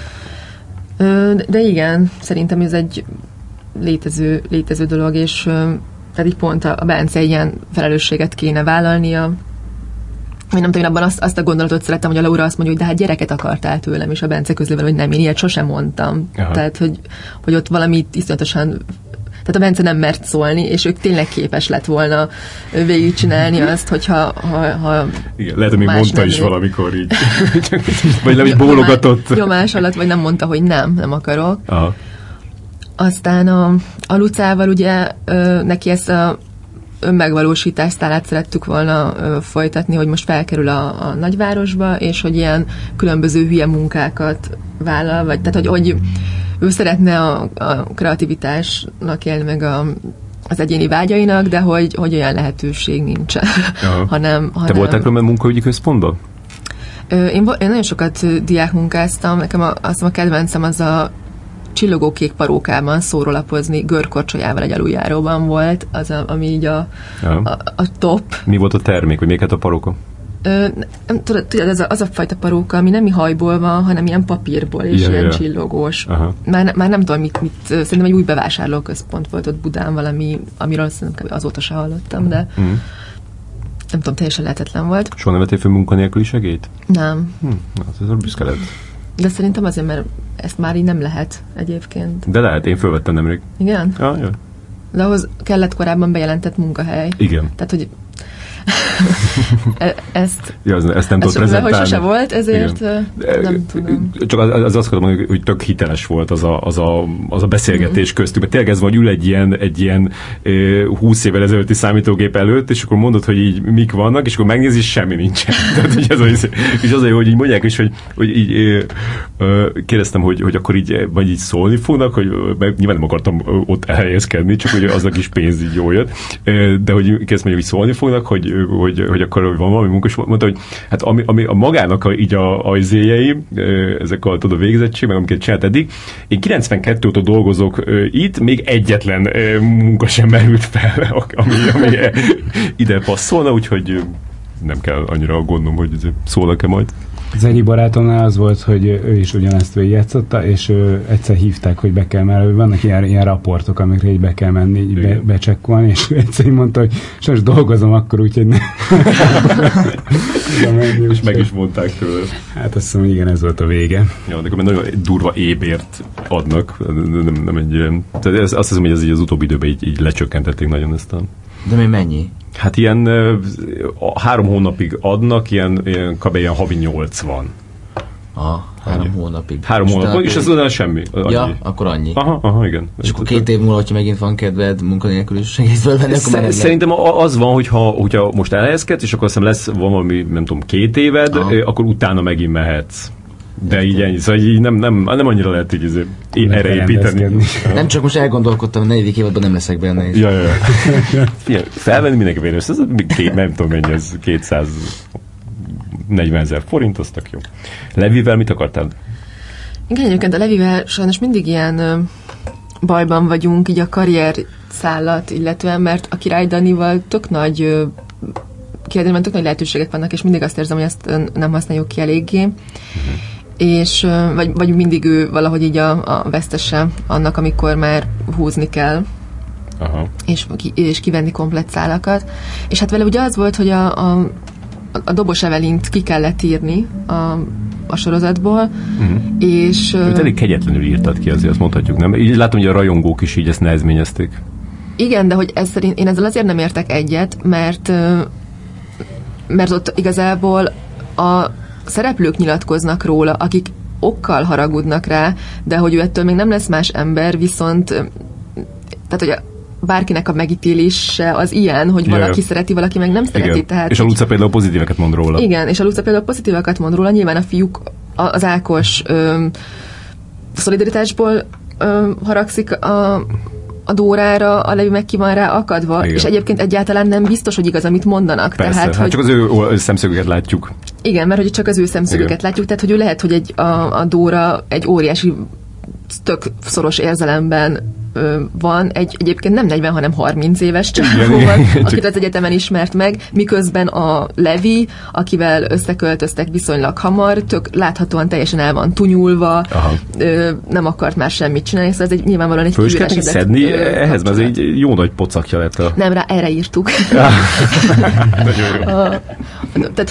De igen, szerintem ez egy létező dolog, és tehát így pont a Bence ilyen felelősséget kéne vállalnia. Én nem tudom, én abban azt a gondolatot szerettem, hogy a Laura azt mondja, hogy de hát gyereket akartál tőlem, és a Bence közlével, hogy nem, én ilyet sosem mondtam. Aha. Tehát, hogy ott valamit iszonyatosan, tehát a Bence nem mert szólni, és ők tényleg képes lett volna végigcsinálni azt, hogyha igen, lehet, hogy még mondta is valamikor így. Vagy nem is bólogatott. Nyomás alatt, vagy nem mondta, hogy nem akarok. Aha. Aztán a Lucával ugye neki ezt a önmegvalósítástálát szerettük volna folytatni, hogy most felkerül a nagyvárosba, és hogy ilyen különböző hülye munkákat vállal, vagy tehát, hogy ő szeretne a kreativitásnak élni, meg az egyéni vágyainak, de hogy olyan lehetőség nincsen. hanem Te voltál különben munkaügyi központban? Én nagyon sokat diákmunkáztam, nekem a kedvencem az a csillogó kék parókában szórólapozni görkorcsolyával egy aluljáróban volt, ami így a top. Mi volt a termék, vagy még a paróka? Tudod, az a fajta paróka, ami nem hajból van, hanem ilyen papírból, és ilyen csillogós. Már nem tudom, mit szerintem egy új bevásárlóközpont volt ott Budán valami, amiről szerintem azóta se hallottam, de nem tudom, teljesen lehetetlen volt. Soha nem vettél föl munkanélküli segélyt? Nem. Ez a büszke lett. De szerintem azért, mert ezt már így nem lehet egyébként. De lehet, én fölvettem nemrég. Igen? Ja. De ahhoz kellett korábban bejelentett munkahely. Igen. Tehát, hogy ezt nem tudod prezentálni. Hogy sose volt, ezért nem tudom. Csak az azt mondom, hogy tök hiteles volt az a beszélgetés köztük, mert tényleg ez vagy ül egy ilyen 20 évvel ezelőtti számítógép előtt, és akkor mondod, hogy így mik vannak, és akkor megnézi, és semmi nincsen. Tehát, és az a jó, hogy így mondják is, hogy így kérdeztem, hogy akkor így, vagy így szólni fognak, hogy nyilván nem akartam ott elhelyezkedni, csak hogy az a kis pénz így jól jött, de hogy kérdeztem, hogy szólni fognak, hogy akkor van valami munka, és mondta, hogy hát ami a magának így a izéjei, ezek a végzettség, meg amiket csinált eddig, én 92 óta dolgozok itt, még egyetlen munka sem merült fel, ami ide passzolna, úgyhogy nem kell annyira aggódnom, hogy szólnak-e majd. Az egyik barátomnál az volt, hogy ő is ugyanezt végigjátszotta, és egyszer hívták, hogy be kell, mert vannak ilyen raportok, amikre így be kell menni, így becsekkolni, és egyszer így mondta, hogy sajnos dolgozom akkor, úgyhogy nem. És meg is mondták tőle. Hát azt hiszem, igen, ez volt a vége. Ja, de nagyon durva ébért adnak. Nem egy, tehát azt hiszem, hogy ez így az utóbbi időben így lecsökkentették nagyon ezt a... De mi mennyi? Hát ilyen 3 hónapig adnak, kb. Ilyen havi 80. 3 hónapig. 3 hónapig, és ez olyan semmi. Ja, akkor annyi. Aha, igen. És akkor 2 év múlva, hogyha megint van kedved munkanélküli segít fölvenni, akkor már szerintem az van, hogyha most elhelyezkedsz, és akkor azt hiszem lesz valami, nem tudom, 2 éved, akkor utána megint mehetsz. De így ennyi, szóval így nem annyira lehet így erre építeni. Nem csak most elgondolkodtam, a 4. évadban nem leszek benne is. Ja. Figyelj, felvenni mindenki ez nem tudom mennyi, ez 240 000 forint, az tök jó. Levivel mit akartál? Igen, egyébként a Levivel sajnos mindig ilyen bajban vagyunk, így a karrier szállat illetően, mert a Király Danival tök nagy kérdésben tök nagy lehetőségek vannak, és mindig azt érzem, hogy ezt nem használjuk ki eléggé. És vagy mindig ő valahogy így a vesztese annak, amikor már húzni kell. Aha. És kivenni komplett szálakat. És hát vele ugye az volt, hogy a Dobos Evelint ki kellett írni a sorozatból, és... Őt elég kegyetlenül írtad ki, azért azt mondhatjuk, nem? Így látom, hogy a rajongók is így ezt nehezményezték. Igen, de hogy ez szerint én ezzel azért nem értek egyet, mert ott igazából a szereplők nyilatkoznak róla, akik okkal haragudnak rá, de hogy ő ettől még nem lesz más ember, viszont tehát, hogy bárkinek a megítélése az ilyen, hogy valaki szereti, valaki meg nem szereti. Igen. Tehát, és a Luca például pozitíveket mond róla. Igen, és a Luca például pozitívakat mond róla. Nyilván a fiúk az Ákos szolidaritásból haragszik a Dórára, a Levi meg ki van rá akadva, igen. És egyébként egyáltalán nem biztos, hogy igaz, amit mondanak. Persze, tehát, hogy... csak az ő szemszögüket látjuk. Igen, mert hogy csak az ő szemszögüket látjuk, tehát hogy ő lehet, hogy a Dóra egy óriási tök szoros érzelemben van egy egyébként nem 40, hanem 30 éves csávóval, akit az egyetemen ismert meg, miközben a Levi, akivel összeköltöztek viszonylag hamar, tök láthatóan teljesen el van tunyulva, nem akart már semmit csinálni, szóval ez egy nyilvánvalóan egy üresedett. Föl is kell szedni ehhez, mert ez egy jó nagy pocakja lett a... Nem, erre írtuk. Tehát,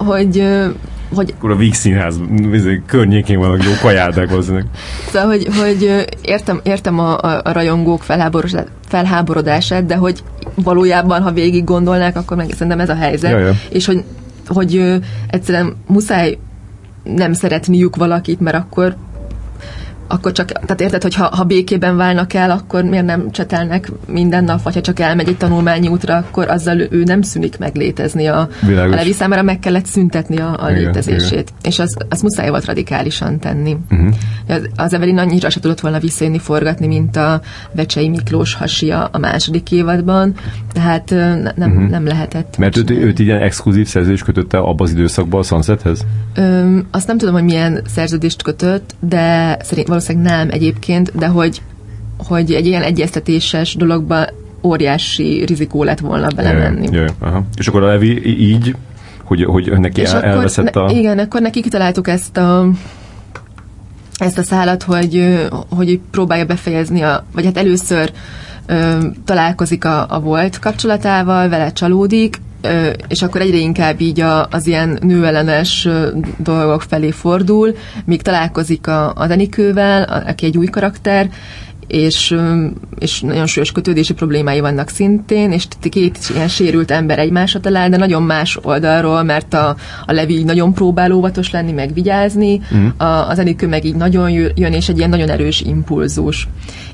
hogy akkor a Víg Színház környékén vannak jó kajádák hozzák. Szóval, hogy értem a rajongók felháborodását, de hogy valójában, ha végig gondolnák, akkor meg szerintem ez a helyzet. Jaja. És hogy egyszerűen muszáj nem szeretniük valakit, mert akkor csak, tehát érted, hogy ha békében válnak el, akkor miért nem csetelnek minden nap, vagy ha csak elmegy egy tanulmányi útra, akkor azzal ő nem szűnik meg létezni a Levi számára, meg kellett szüntetni a létezését. Igen. És az muszáj volt radikálisan tenni. Az Evelyn annyira se tudott volna visszajönni forgatni, mint a Vecsei Miklós hasi a második évadban, tehát nem lehetett. Mert őt ilyen exkluzív szerződést kötötte abban az időszakban a Sunsethez? Azt nem tudom, hogy milyen szerződést kötött, de valószínűleg nem egyébként, de hogy egy ilyen egyeztetéses dologba óriási rizikó lett volna belemenni. És akkor a Levi így, hogy neki elveszett Igen, akkor neki kitaláltuk ezt a szálat, hogy próbálja befejezni, vagy hát először találkozik a volt kapcsolatával, vele csalódik, és akkor egyre inkább így az ilyen nőellenes dolgok felé fordul, míg találkozik az Enikővel, aki egy új karakter, és nagyon súlyos kötődési problémái vannak szintén, és két ilyen sérült ember egymásra talál, de nagyon más oldalról, mert a Levi nagyon próbál óvatos lenni, meg vigyázni, az Enikő meg így nagyon jön, és egy ilyen nagyon erős impulzus.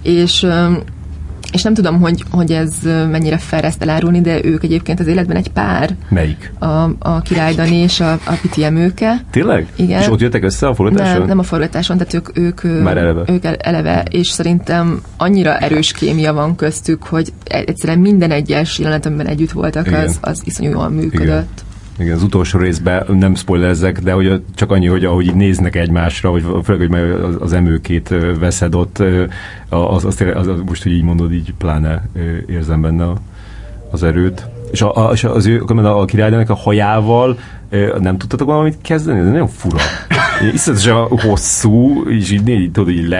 És nem tudom, hogy ez mennyire fel ezt elárulni, de ők egyébként az életben egy pár. Melyik? A Király Dani és a Piti Emőke. Tényleg? Igen. És ott jöttek össze a forgatáson? Nem a forgatáson, tehát ők már eleve. Ők eleve, és szerintem annyira erős kémia van köztük, hogy egyszerűen minden egyes jelenet, amiben együtt voltak, az iszonyú jól működött. Igen, az utolsó részben nem spoilerezzek, de hogy csak annyi, hogy ahogy így néznek egymásra, vagy főleg, hogy az Emőkét veszed ott, az most, hogy így mondod, így pláne érzem benne az erőt. És a Királynak a hajával nem tudtatok valamit kezdeni? Ez nagyon fura. Iszonyatosan hosszú, és így tudod, így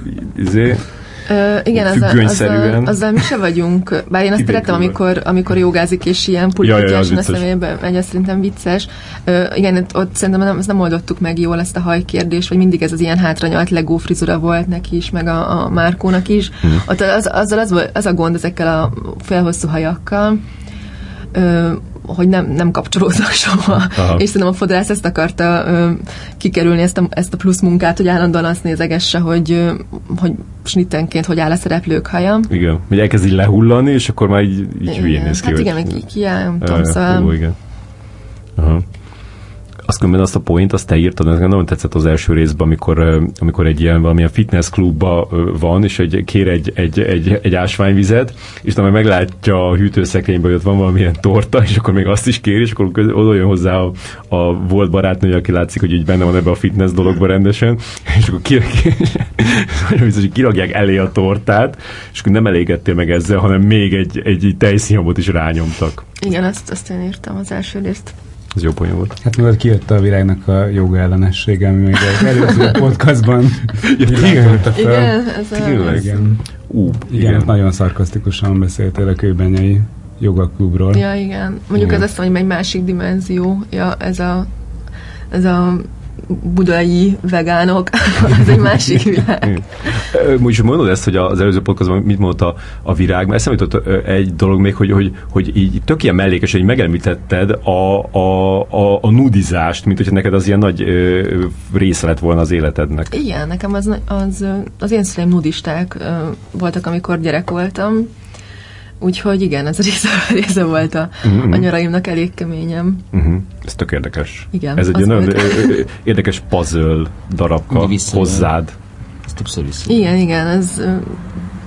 igen, azzal mi se vagyunk, bár én azt szeretem, amikor jogázik, és ilyen politikásan a személybe megy, ez szerintem vicces. Igen, ott szerintem nem oldottuk meg jól ezt a hajkérdést, vagy mindig ez az ilyen hátranyalt Lego frizura volt neki is, meg a Márkónak is. Ott az a gond ezekkel a félhosszú hajakkal, hogy nem kapcsolódnak soha. Aha. És szerintem a fodrász ezt akarta kikerülni, ezt a plusz munkát, hogy állandóan azt nézegesse, hogy snittenként hogy áll a szereplők haja. Igen, hogy elkezd így lehullani, és akkor már így hülyén néz ki. Hát igen, meg így nem tudom, szóval... igen. Aha. Azt a point, azt te írtad, ez nagyon tetszett az első részben, amikor egy ilyen valamilyen fitness klubba van, és kér egy ásványvizet, és majd meglátja a hűtőszekrényben, hogy ott van valamilyen torta, és akkor még azt is kér, és akkor oda jön hozzá a volt barátnő, aki látszik, hogy így benne van ebbe a fitness dologba rendesen, és akkor nagyon biztos, hogy kiragják elé a tortát, és akkor nem elégettél meg ezzel, hanem még egy tejszínhabot is rányomtak. Igen, azt én írtam az első részt. Ez jó poén volt. Hát mert kijött a világnak a joga ellenessége, ami még az előző podcastban igen, igen, nagyon szarkasztikusan beszéltél a Kőbenyei jogaklubról. Ja, igen. Mondjuk ez azt mondja, hogy egy másik dimenzió, ez a budai vegánok, ez egy másik világ. Most mondod ezt, hogy az előző podcastban mit mondta a Virág, mert eszembe jutott egy dolog még, hogy így tök ilyen mellékes, hogy megemlítetted a nudizást, mint hogyha neked az ilyen nagy része lett volna az életednek. Igen, nekem az én szüleim nudisták voltak, amikor gyerek voltam. Úgyhogy igen, ez a része volt a nyaraimnak elég keményem. Ez tök érdekes. Igen, ez egy nagyon érdekes puzzle darabka hozzád. Ez többször vissza. Igen, ez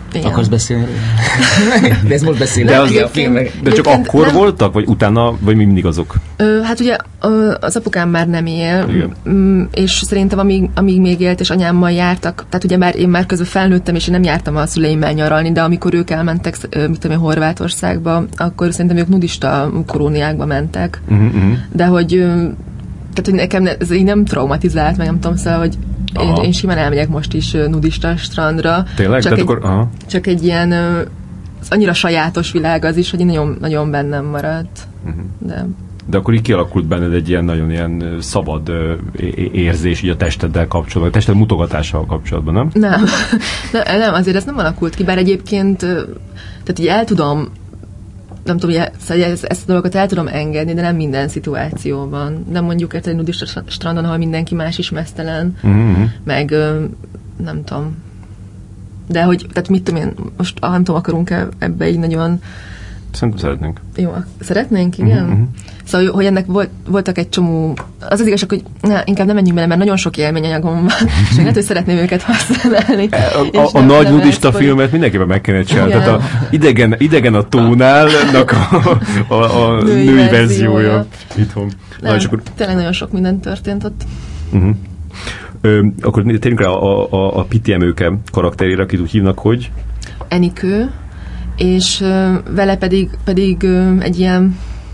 Igen. Akarsz beszélni? De ez most beszélek. De csak akkor nem voltak, vagy utána, vagy mi mindig azok? Hát ugye az apukám már nem él, és szerintem amíg még élt, és anyámmal jártak, tehát ugye én már közben felnőttem, és én nem jártam a szüleimmel nyaralni, de amikor ők elmentek, mit tudom én, Horvátországba, akkor szerintem ők nudista kolóniákba mentek. De hogy tehát, hogy nekem ez így nem traumatizált, meg nem tudom, szóval, hogy én simán elmegyek most is nudista strandra. Tényleg? Csak egy ilyen annyira sajátos világ az is, hogy nagyon, nagyon bennem maradt. De akkor így kialakult benned egy ilyen nagyon ilyen szabad érzés így a testeddel kapcsolatban, a tested mutogatással kapcsolatban, nem? Nem, azért ez nem alakult ki, bár egyébként tehát így el tudom, nem tudom, hogy ezt a dolgokat el tudom engedni, de nem minden szituációban. Nem mondjuk egy nudista strandon, ahol mindenki más is meztelen, meg nem tudom. De hogy, tehát mit tudom én, most nem tudom, akarunk ebbe így nagyon... Szerintem szeretnénk. Jó, szeretnénk, igen? Szóval, hogy ennek voltak egy csomó... Az igazság, hogy inkább nem menjünk bele, mert nagyon sok élményanyagom van, és lehet, hogy szeretném őket használni. A nagy nudista filmet mindenképpen meg kellene csinálni. Tehát a idegen a tónálnak a női verziója itthon. Nem, tényleg nagyon sok minden történt ott. Akkor térjünk rá a Piti Emőke karakterére, akit úgy hívnak, hogy... Enikő, és vele pedig egy ilyen,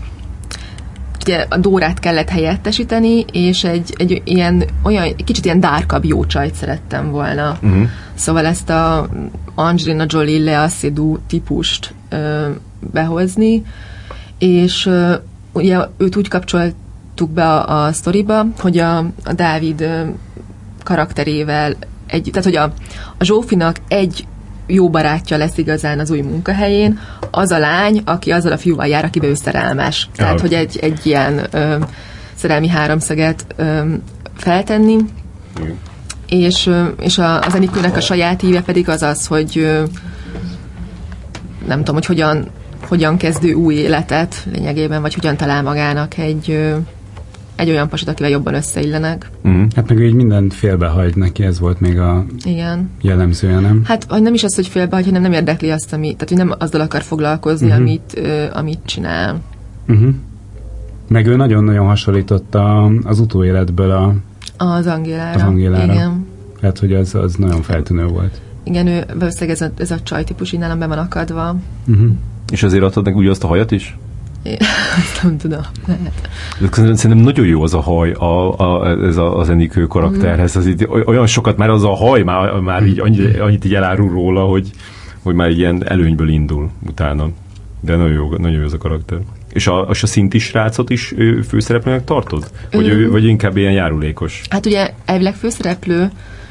ugye a Dórát kellett helyettesíteni, és egy ilyen, olyan, kicsit ilyen dárkabb jó csajt szerettem volna. Szóval ezt a Angelina Jolie, Lea Seydoux típust behozni, és ugye őt úgy kapcsoltuk be a sztoriba, hogy a Dávid karakterével tehát hogy a Zsófinak egy jó barátja lesz igazán az új munkahelyén, az a lány, aki azzal a fiúval jár, akiben ő szerelmes. Tehát, hogy egy ilyen szerelmi háromszöget feltenni. És az Enikőnek a saját híve pedig az, hogy nem tudom, hogy hogyan kezdő új életet lényegében, vagy hogyan talál magának egy olyan pasit, akivel jobban összeillenek. Hát meg így mindent félbehagy neki, ez volt még a jellemzője, nem? Hát nem is az, hogy félbehagy, hanem nem érdekli azt, tehát hogy nem azzal akar foglalkozni, amit csinál. Meg ő nagyon-nagyon hasonlított az utóéletből az Angélára. Igen. Hát, hogy az nagyon feltűnő volt. Igen, ő valószínűleg ez a csajtípus így nálam be van akadva. És azért adtad neki úgy azt a hajat is? Azt nem tudom. Szerintem nagyon jó az a haj ez az Enikő karakterhez. Az így, olyan sokat már az a haj már így annyit így elárul róla, hogy már ilyen előnyből indul utána. De nagyon jó az a karakter. És a szinti srácot is főszereplőnek tartod? Vagy inkább ilyen járulékos? Hát ugye elvileg főszereplő,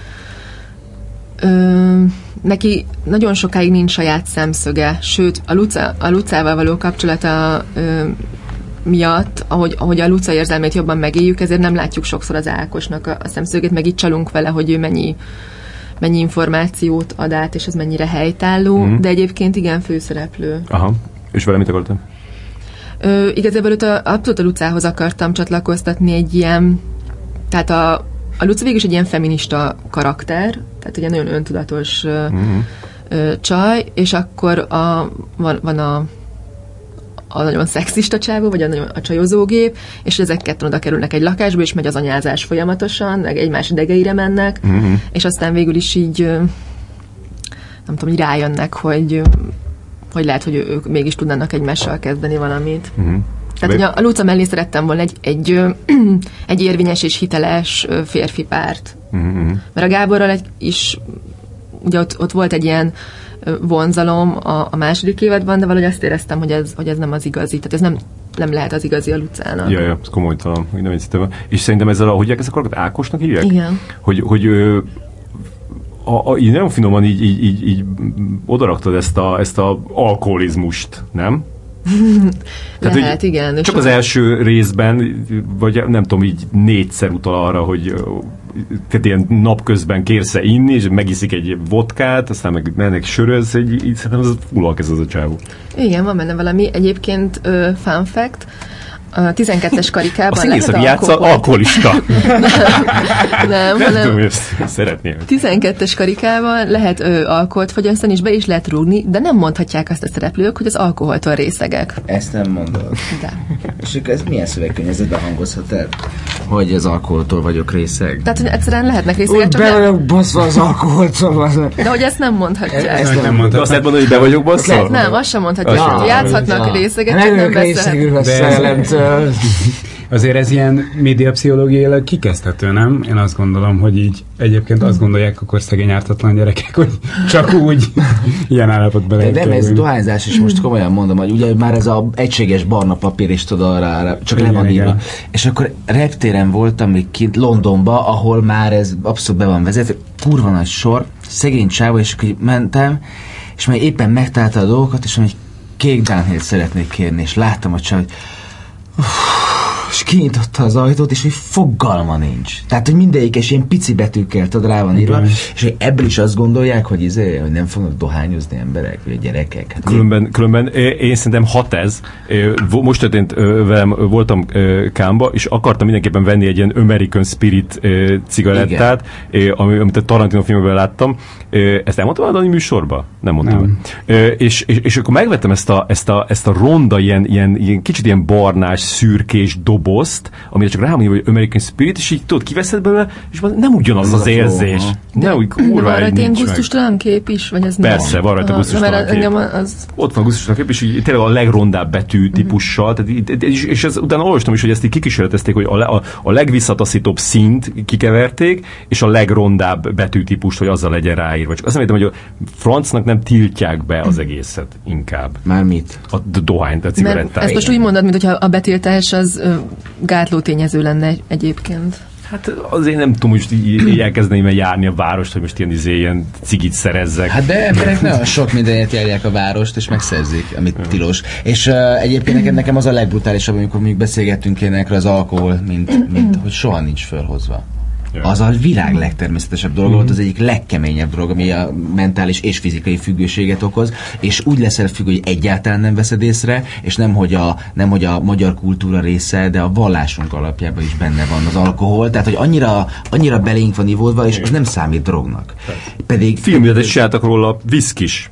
neki nagyon sokáig nincs saját szemszöge, sőt a Lucával való kapcsolata miatt, ahogy a Luca érzelmét jobban megéljük, ezért nem látjuk sokszor az Ákosnak a szemszögét, meg itt csalunk vele, hogy ő mennyi információt ad át, és ez mennyire helytálló, de egyébként igen, főszereplő. Aha. És vele mit akartam? Igazából abszolút a Lucához akartam csatlakoztatni egy ilyen, tehát a Luca végül is egy ilyen feminista karakter, tehát egy nagyon öntudatos csaj, és akkor van a nagyon szexista csávó, vagy a csajozógép, és ezek ketten oda kerülnek egy lakásba, és megy az anyázás folyamatosan, meg egymás idegeire mennek, és aztán végül is így nem tudom, így rájönnek, hogy lehet, hogy ők mégis tudnának egymással kezdeni valamit. Tehát ugye a Luca mellé szerettem volna egy érvényes és hiteles férfi párt. Mert a Gáborral is ugye ott volt egy ilyen vonzalom a második évadban, de valahogy azt éreztem, hogy ez nem az igazi. Tehát ez nem lehet az igazi a Lucának. Ja, ez komolytalan, hogy nem értettem. És szerintem ezzel, ahogy ezt a Ákosnak hívják? Igen. Hogy így nagyon finoman így odaraktad ezt a alkoholizmust, nem? Tehát, lehet, igen. Csak az első részben, vagy nem tudom, így 4-szer utal arra, hogy tehát ilyen napközben kérsz inni, és megiszik egy vodkát, aztán meg mennek söröz, szerintem az fullal kezd az a csávó. Igen, van benne valami. Egyébként fun fact, A 12-es karikában a színész, aki játsza, alkoholista. Nem, hanem tudom, hogy ezt szeretném. 12-es karikában lehet alkoholt fogyasztani, és be is lehet rúgni, de nem mondhatják azt a szereplők, hogy az alkoholtól részegek. Ezt nem mondod. De. És ez milyen szövegkörnyezetben hangozhat el? Hogy az alkoholtól vagyok részeg? Tehát, hogy egyszerűen lehetnek részegek, úgy csak be vagyok baszva az alkoholtól. De hogy ezt nem mondhatják. Ezt nem De mondhatják. azt lehet mondani, hogy be vagyok baszva? Nem, azt sem mondhatják, hogy játszhatnak részeget, csak nem beszélhetnek. Azért ez ilyen médiapszichológiailag kikezdhető, nem? Én azt gondolom, hogy így egyébként azt gondolják akkor szegény ártatlan gyerekek, hogy csak úgy ilyen állapotban lehet. De nem, ez dohányzás is, most komolyan mondom, hogy ugye már ez az egységes barna papír is tud arra, csak le van írva. És akkor reptéren voltam még kint Londonba, ahol már ez abszolút be van vezetve, kurva nagy sor, szegény csáva, és akkor mentem, és már éppen megtalálta a dolgokat, és mondja, hogy kék Dunhill szeretnék kérni, és láttam a csáva, hogy és kinyitotta az ajtót, és hogy fogalma nincs. Tehát, hogy mindegyikes ilyen pici betűkkel rá van írva, és hogy ebből is azt gondolják, hogy hogy nem fognak dohányozni emberek, vagy gyerekek. Hát különben én szerintem hat ez. Most történt velem, voltam Cannes-ba, és akartam mindenképpen venni egy ilyen American Spirit cigarettát, amit a Tarantino filmben láttam. Ezt elmondtam a műsorba? Nem mondtam. És akkor megvettem ezt a ronda, ilyen kicsit ilyen barnás, szürkés dobozt, amire csak rámondja, hogy American Spirit, és így tudod, kiveszed belőle, és nem ugyanaz az érzés. Nem úgy kurva, egy ilyen gusztustalan kép is? Vagy ez persze, van rajta gusztustalan kép. Ott van gusztustalan kép, és így tényleg a legrondább betű típussal, és ez, utána olvastam is, hogy ezt így kikísérletezték, hogy a legvisszataszítóbb színt kikeverték, és a legrondább betűtípust, hogy azzal legyen ráírva. Csak azt nem értem, hogy a francnak nem tiltják be az egészet inkább. Mármit? A dohányt, a cigarettát. Ezt most úgy mondod, mintha a betiltás az gátló tényező lenne egyébként. Hát azért nem tudom, hogy így elkezdeném járni a várost, hogy most ilyen cigit szerezzek. Hát de emberek nagyon sok mindenért járják a várost, és megszerzik, amit tilos. És egyébként nekem az a legbrutálisabb, amikor még beszélgettünk ilyenekről az alkohol, mint hogy soha nincs fölhozva. Az a világ legtermészetesebb dolog volt, az egyik legkeményebb dolog, ami a mentális és fizikai függőséget okoz, és úgy leszel függő, hogy egyáltalán nem veszed észre, és nem hogy a magyar kultúra része, de a vallásunk alapjában is benne van az alkohol, tehát hogy annyira belénk van ivódva, és az nem számít drognak. Pedig filmjedet is csináltak róla, viszkis.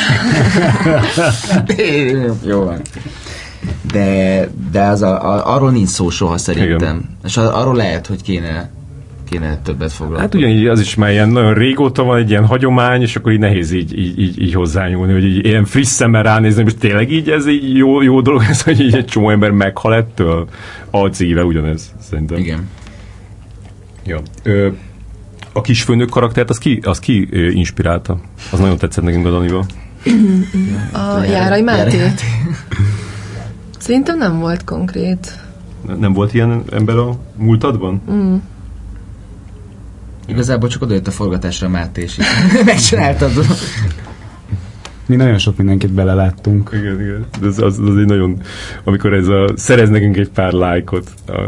Jó van. De arról nincs szó soha szerintem. Igen. És arról lehet, hogy kéne többet foglalkozni. Hát ugyanígy az is már ilyen nagyon régóta van egy ilyen hagyomány, és akkor így nehéz így hozzányúlni, hogy így ilyen friss szemmel ránézni, most tényleg így ez így jó dolog ez, hogy így egy csomó ember meghal ettől. A cigivel ugyanez, szerintem. Igen. Ja. A kisfőnök karaktert, az ki inspirálta? Az nagyon tetszett nekünk a Danival. A Járai Máté. Szerintem nem volt konkrét. Nem volt ilyen ember a múltadban? Igazából csak odajött a forgatásra Máté, és megcsináltad. Mi nagyon sok mindenkit beleláttunk. Igen. De az egy nagyon... Amikor ez szerez nekünk egy pár lájkot.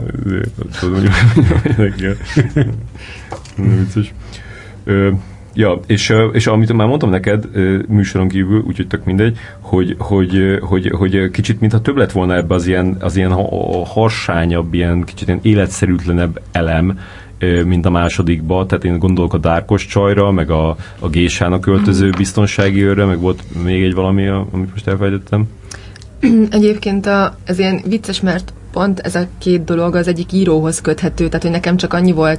Vicces. Ja, és amit már mondtam neked műsoron kívül, úgyhogy tök mindegy, hogy kicsit mintha több lett volna ebbe az ilyen harsányabb, ilyen kicsit ilyen életszerűtlenebb elem, mint a másodikba, tehát én gondolok a dárkos csajra, meg a gésának költöző biztonsági őrre, meg volt még egy valami, amit most elfelejtettem. Egyébként ez ilyen vicces, mert pont ez a két dolog az egyik íróhoz köthető, tehát hogy nekem csak annyi volt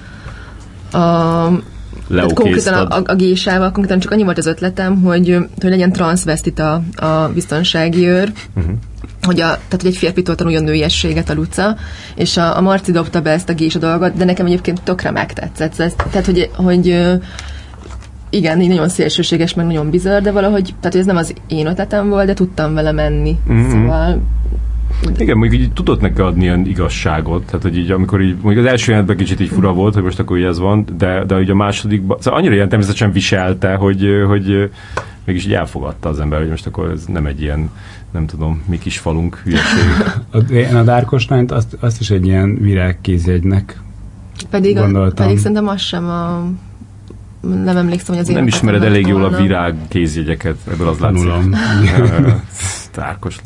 konkrétan a gésával, konkrétan csak annyi volt az ötletem, hogy legyen transzvesztita a biztonsági őr, tehát, hogy egy férfitől tanuljon nőiességet a Luca, és a Marci dobta be ezt a gésa dolgot, de nekem egyébként tökre megtetszett. Tehát, hogy igen, így nagyon szélsőséges, meg nagyon bizarr, de valahogy, tehát, hogy ez nem az én ötletem volt, de tudtam vele menni. Szóval... Igen, mondjuk így tudott neki adni ilyen igazságot, tehát hogy így amikor így, mondjuk az első jelentben kicsit így fura volt, hogy most akkor így ez van, de így a másodikban, szóval annyira ilyen természetesen viselte, hogy mégis így elfogadta az ember, hogy most akkor ez nem egy ilyen, nem tudom, mi kis falunk hülyeség. Én a Dárkoslányt azt is egy ilyen virágkézjegynek gondoltam. Pedig szerintem az sem nem emlékszem, hogy az én nem ismered elég jól a virág kézjegyeket, ebből az látszik. Tanulom. Dárkoslány.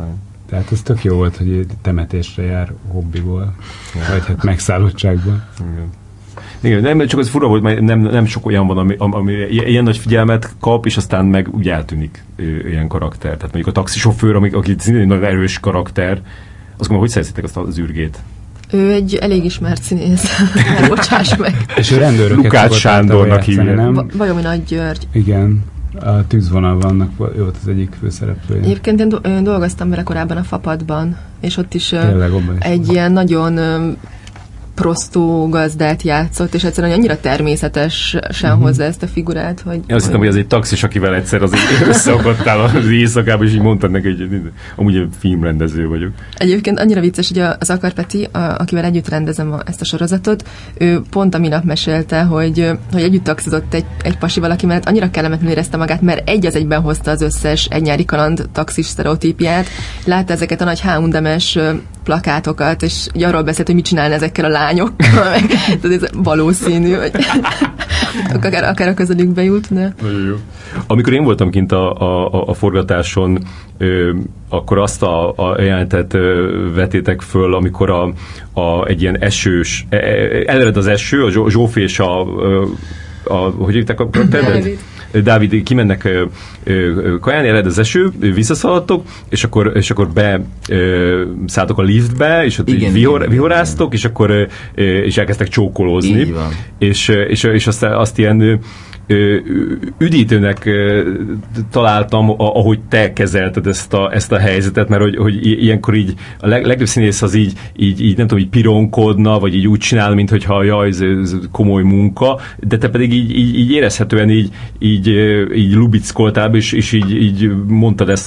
Tehát ez tök jó volt, hogy temetésre jár hobbiból, vagy hát megszállottságból. Igen, nem, csak az fura, hogy nem sok olyan van, ami ilyen nagy figyelmet kap, és aztán meg úgy eltűnik ilyen karakter. Tehát mondjuk a taxisofőr, aki szintén nagyon erős karakter, azt mondom, hogy szereztétek azt az űrgét? Ő egy elég ismert színész. Bocsáss meg. És ő rendőröket Lukács Sándornak hívja. Nem? Bajomi Nagy György. Igen. A Tűzvonalban volt az egyik főszereplője. Egyébként én dolgoztam vele korábban a Fapadban, és ott is egy is ilyen nagyon prostó gazdát játszott, és egyszerűen annyira természetesen hozza ezt a figurát, hogy... Én azt hittem, hogy ez egy taxis, akivel egyszer azért összeakadt az éjszakában, és így mondtad neki, hogy amúgy egy filmrendező vagyok. Egyébként annyira vicces, hogy az Akar Peti, akivel együtt rendezem ezt a sorozatot, ő pont a minap mesélte, hogy együtt taxizott egy pasi valaki mellett, annyira kellemetlenül érezte magát, mert egy az egyben hozta az összes Egy nyári kaland taxis sztereotípiát, látta ezeket a nagy H&M-es plakátokat, és arról beszélt, hogy mit csinálna ezekkel a lányokkal, tehát ez valószínű, hogy akár a közöttük bejut, de... Nagyon jó. Amikor én voltam kint a forgatáson, akkor azt a jelentet vetétek föl, amikor egy ilyen esős, elered az eső, a Zsófi és hogy hívták a Dávid kimennek kajálni, ered az eső, visszaszaladtok, és akkor szálltok a liftbe, és ott vihoráztok, és elkezdtek csókolózni. És azt ilyen üdítőnek találtam, ahogy te kezelted ezt a helyzetet, mert hogy ilyenkor így a legtöbb színész az így nem tudom, így pironkodna, vagy így úgy csinál, mintha jaj, ez komoly munka, de te pedig így érezhetően így lubickoltál, és így mondtad ezt,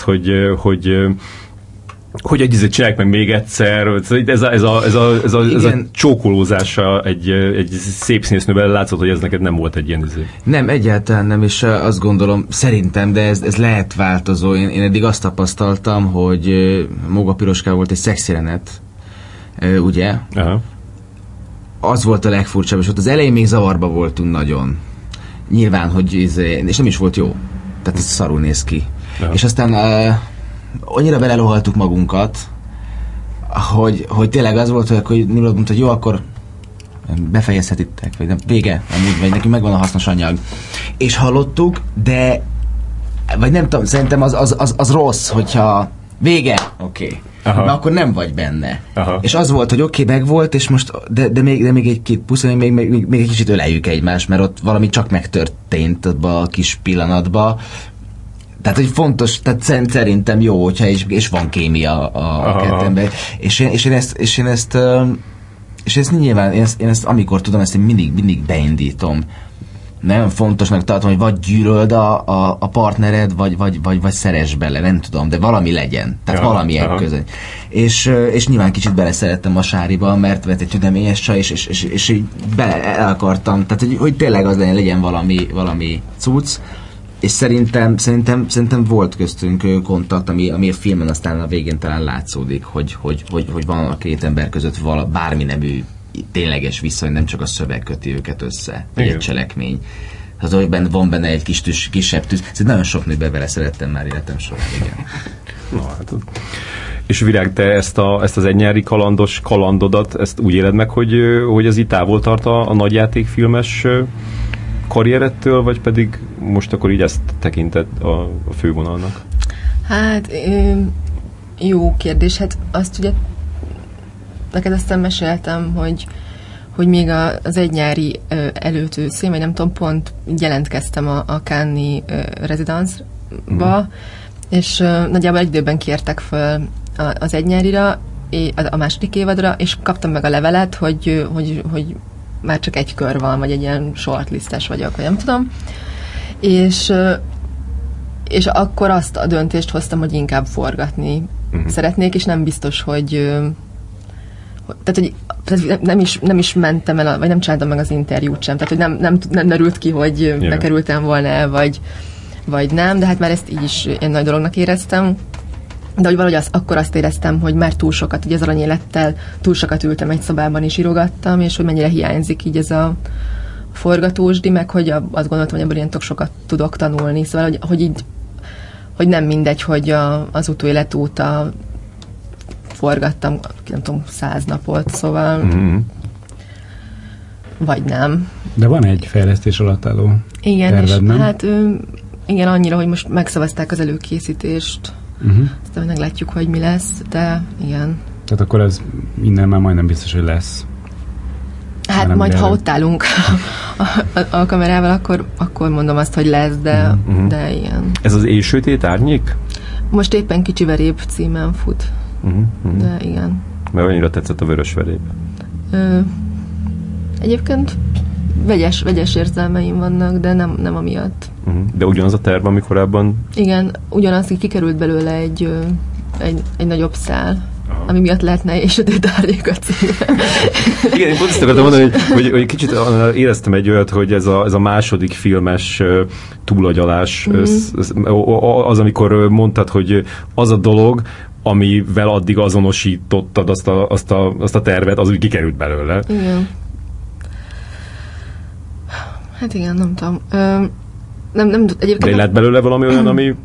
hogy egy csinálják meg még egyszer. Ez a csókolózása egy szép színésznővel látszott, hogy ez neked nem volt egy ilyen izé. Nem, egyáltalán nem, és azt gondolom, szerintem, de ez lehet változó. Én eddig azt tapasztaltam, hogy Móga Piroskával volt egy szexjelenet, ugye? Aha. Az volt a legfurcsább, és ott az elején még zavarba voltunk nagyon. Nyilván, hogy és nem is volt jó. Tehát ez szarul néz ki. Aha. És aztán annyira belelohaltuk magunkat, hogy tényleg az volt, hogy Nimrod mondta, hogy jó, akkor befejezhetitek, vagy nem, vége, amúgy, vagy nekünk megvan a hasznos anyag. És hallottuk, de vagy nem tudom, szerintem az rossz, hogyha vége, oké. Mert akkor nem vagy benne. Aha. És az volt, hogy oké, meg volt, és most, de még egy-két puszon, még egy kicsit öleljük egymást, mert ott valami csak megtörtént abban a kis pillanatban. Tehát, hogy fontos, tehát szerintem jó, hogyha és van kémia a kettőmben. És én ezt nyilván, én ezt amikor tudom, ezt én mindig beindítom. Nagyon fontosnak tartom, hogy vagy gyűlöld a partnered, vagy szeress bele, nem tudom, de valami legyen. Tehát valamilyen közön. És nyilván kicsit beleszerettem a Sáriba, mert egy tündeményes csaj, és így el akartam, tehát hogy tényleg az legyen valami cucc. És szerintem volt köztünk kontakt, ami a filmen aztán a végén talán látszódik, hogy van a két ember között bármi nemű tényleges viszony, nem csak a szöveg köti őket össze, egy cselekmény. Az, hogy van benne egy kisebb tűz. Szerintem nagyon sok nőben vele szerettem már életem során, igen. Na, hát, és Virág, te ezt az egynyári kalandodat, ezt úgy éled meg, hogy ez így távol tart a nagyjátékfilmes karrierettől, vagy pedig most akkor így ezt tekinted a fővonalnak? Hát, jó kérdés. Hát azt ugye neked aztán meséltem, hogy még az egynyári előtt őszén, vagy nem tudom, pont jelentkeztem a Cannes-i rezidensba, és nagyjából egy időben kértek föl az egynyárira, a második évadra, és kaptam meg a levelet, hogy már csak egy kör van, vagy egy ilyen shortlistes vagyok, vagy nem tudom. És akkor azt a döntést hoztam, hogy inkább forgatni szeretnék, és nem biztos, hogy nem is mentem el, vagy nem csináltam meg az interjút sem, tehát hogy nem derült ki, hogy bekerültem volna el, vagy nem, de hát már ezt így is én nagy dolognak éreztem. De hogy valahogy akkor azt éreztem, hogy már túl sokat, ugye az Aranyélettel túl sokat ültem egy szobában és írogattam, és hogy mennyire hiányzik így ez a forgatósdi, meg hogy azt gondoltam, hogy ebből ilyen tök sokat tudok tanulni. Szóval, hogy nem mindegy, hogy az utóélet óta forgattam, nem tudom, 100 napot, szóval vagy nem. De van egy fejlesztés alatt álló terved, és nem? hát igen, annyira, hogy most megszavazták az előkészítést. Aztán meglátjuk, hogy mi lesz, de igen. Tehát akkor ez innen már majdnem biztos, hogy lesz. Hát majd, ha ott állunk a kamerával, akkor mondom azt, hogy lesz, de igen. Ez az Éj sötét árnyék? Most éppen Kicsi veréb címen fut. De igen. Mert annyira tetszett a vörös veréb. Egyébként vegyes érzelmeim vannak, de nem amiatt. De ugyanaz a terv, ami korábban? Igen, ugyanaz, hogy kikerült belőle egy nagyobb szál, ami miatt lehetne és sötét árnyék a címe. Igen, én pont azt akartam mondani, hogy kicsit éreztem egy olyat, hogy ez a második filmes túlagyalás, az, amikor mondtad, hogy az a dolog, amivel addig azonosítottad azt a tervet, az úgy kikerült belőle. Igen. Hát igen, nem tudom. Nem egyébként... De lett belőle valami olyan,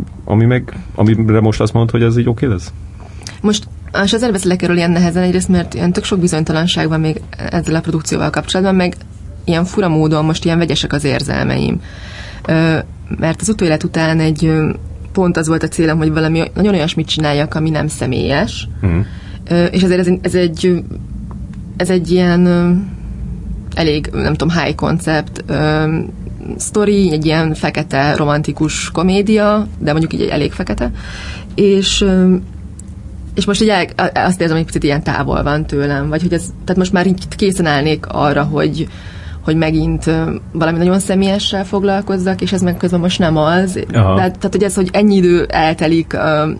amire most azt mondod, hogy ez így oké lesz? Most és azért beszélek erről ilyen nehezen, egyrészt, mert ilyen tök sok bizonytalanság van még ezzel a produkcióval kapcsolatban, meg ilyen fura módon most ilyen vegyesek az érzelmeim. Mert az utóélet után pont az volt a célom, hogy valami nagyon olyasmit csináljak, ami nem személyes. És azért ez egy ilyen elég, nem tudom, high concept sztori, egy ilyen fekete romantikus komédia, de mondjuk így elég fekete. És most így azt érzem, hogy picit ilyen távol van tőlem, vagy hogy tehát most már így készen állnék arra, hogy megint valami nagyon személyessel foglalkozzak, és ez meg közben most nem az. Tehát hogy ez, hogy ennyi idő eltelik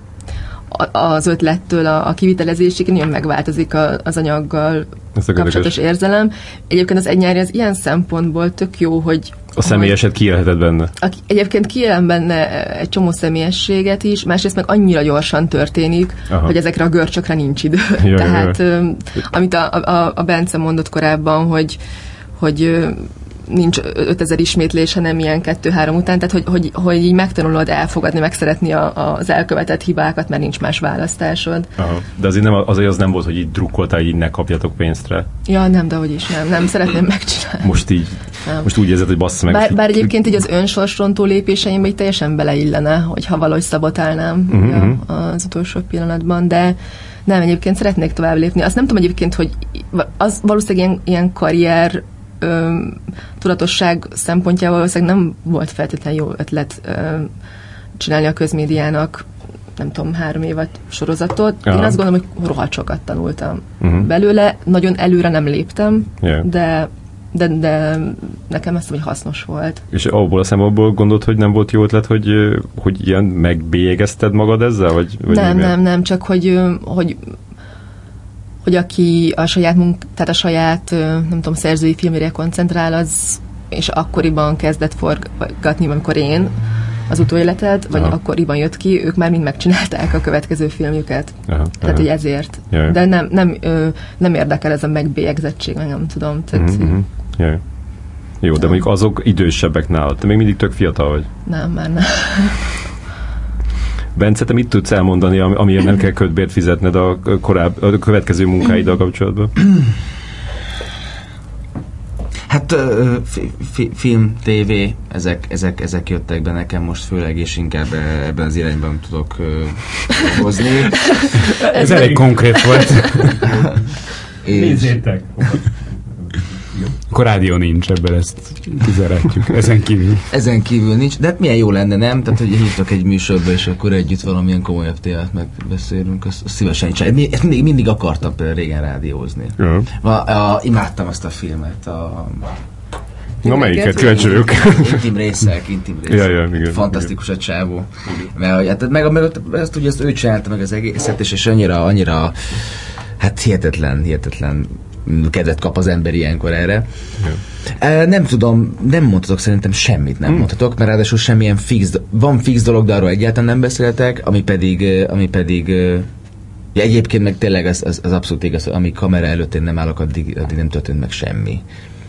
az ötlettől a kivitelezésig, nagyon megváltozik az anyaggal kapcsolatos érzelem. Egyébként az Egy nyári az ilyen szempontból tök jó, hogy a személyeset kiélheted benne. Egyébként kiélem benne egy csomó személyességet is, másrészt meg annyira gyorsan történik, hogy ezekre a görcsökre nincs idő. Tehát amit a Bence mondott korábban, hogy nincs 5000 ismétlés, hanem ilyen 2-3 után, tehát hogy így megtanulod elfogadni, megszeretni az elkövetett hibákat, mert nincs más választásod. De azért az nem volt, hogy így drukkoltál, hogy így ne kapjatok pénztre. Ja, nem, de hogy is nem szeretném megcsinálni. Most úgy érzed, hogy bassza meg. Bár egyébként így az önsorsrontó lépéseimbe így teljesen beleillene, hogyha valahogy szabotálnám az utolsó pillanatban, de nem, egyébként szeretnék tovább lépni. Azt nem tudom egyébként, hogy az valószínűleg ilyen karrier tudatosság szempontjából valószínűleg nem volt feltétlenül jó ötlet csinálni a közmédiának, nem tudom, 3 évet sorozatot. Én azt gondolom, hogy rohadt sokat tanultam belőle. Nagyon előre nem léptem, de nekem azt hogy hasznos volt. És abból a szempontból gondolod, hogy nem volt jó ötlet, hogy ilyen megbélyegezted magad ezzel? Vagy nem, csak hogy aki a saját nem tudom, szerzői filmére koncentrál, az és akkoriban kezdett forgatni, amikor én az utóéletet, vagy akkoriban jött ki, ők már mind megcsinálták a következő filmjüket. Tehát, hogy ezért. De nem érdekel ez a megbélyegzettség, meg nem tudom. Tehát, Jó, de mondjuk azok idősebbek nálad. Te még mindig tök fiatal vagy. Nem, már nem. Bence, te mit tudsz elmondani, amiért nem kell kötbért fizetned a következő munkáiddal kapcsolatban? Hát film, tévé, ezek jöttek be nekem most főleg, és inkább ebben az irányban tudok hozni. Ez elég konkrét volt. Nézzétek! Akkor rádió nincs, ebből ezt kizáratjuk. Ezen kívül nincs, de milyen jó lenne, nem? Tehát, hogy hívtak egy műsorba, és akkor együtt valamilyen komolyabb témát megbeszélünk, azt szívesen csinálni. Ezt még mindig akartam például régen rádiózni. Imádtam azt a filmet. Na melyiket? Kíváncsi vagyok. Intim részek. Fantasztikus a csávó. Mert meg ezt ugye ő csinálta meg az egészet, és annyira hát hihetetlen kedvet kap az ember ilyenkor erre. Nem tudom, nem mondhatok szerintem semmit, nem mondhatok, mert ráadásul semmilyen fix dolog, de arról egyáltalán nem beszéltek, ami pedig egyébként meg tényleg az abszolút igaz, ami kamera előtt én nem állok, addig nem történt meg semmi.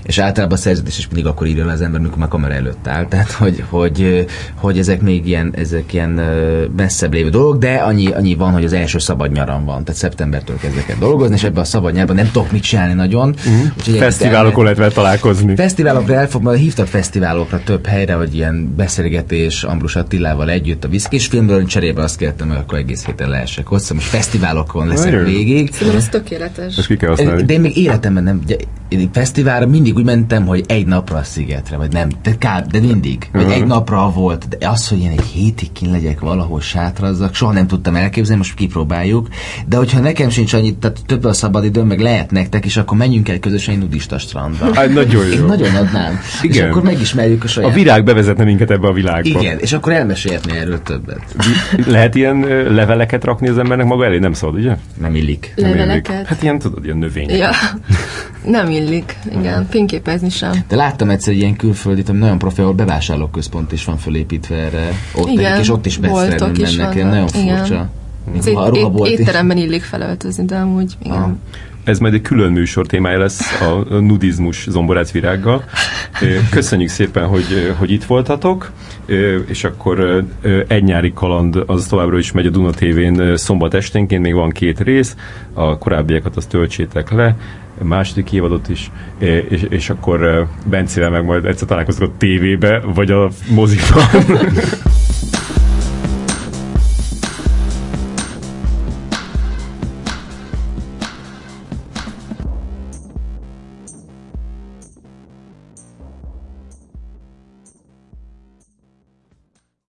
És általában a szerződés is mindig akkor írja le az ember, mikor már kamera előtt áll. Tehát, hogy ezek még ilyen messzebb lévő dolgok, de annyi van, hogy az első szabad nyaram van. Tehát szeptembertől kezdek el dolgozni, és ebben a szabad nyárban nem tudok mit csinálni nagyon. Fesztiválokon lehet vele találkozni. Fesztiválokra hívtak fesztiválokra több helyre, hogy ilyen beszélgetés Ambrus Attilával együtt a Viszkis filmből, cserébe azt kértem, hogy akkor egész héten lehessek hozzá. Most fesztiválokon leszek végig. Szerintem ez tökéletes. Most ki kell használni. De én még életemben nem, fesztiválra mindig úgy mentem, hogy egy napra a szigetre, vagy nem, de mindig. Vagy egy napra volt, de az, hogy én egy hétig kint legyek valahol sátrazzak, soha nem tudtam elképzelni, most kipróbáljuk. De hogyha nekem sincs annyit, tehát több a szabadidőm, meg lehet nektek, és akkor menjünk el közösen egy nudista strandra. Hát nagyon jó. Én nagyon adnám. Igen. És akkor megismerjük a saját. A virág bevezetne minket ebbe a világba. Igen, és akkor elmesélhetné erről többet. Lehet ilyen leveleket rakni az embernek maga elé? Nem szabad, ugye? Nem illik. Leveleket? Hát ilyen, tudod, ilyen növények. Ja. Nem illik, igen, fényképezni sem. De láttam egyszer ilyen külföldit, ami nagyon profi, ahol bevásárlóközpont is van fölépítve erre. Ott igen, és ott is beszélni mennek, ilyen nagyon furcsa. Étteremben illik felöltözni, de amúgy igen. Ez majd egy külön műsor témája lesz a nudizmus Zomborác Virággal. Köszönjük szépen, hogy itt voltatok, és akkor egy nyári kaland az továbbra is megy a Duna TV-n szombat esténként, még van 2 rész, a korábbiakat azt töltsétek le, a második évadot is, és akkor Bencével meg majd egyszer találkozunk a tévébe, vagy a moziban.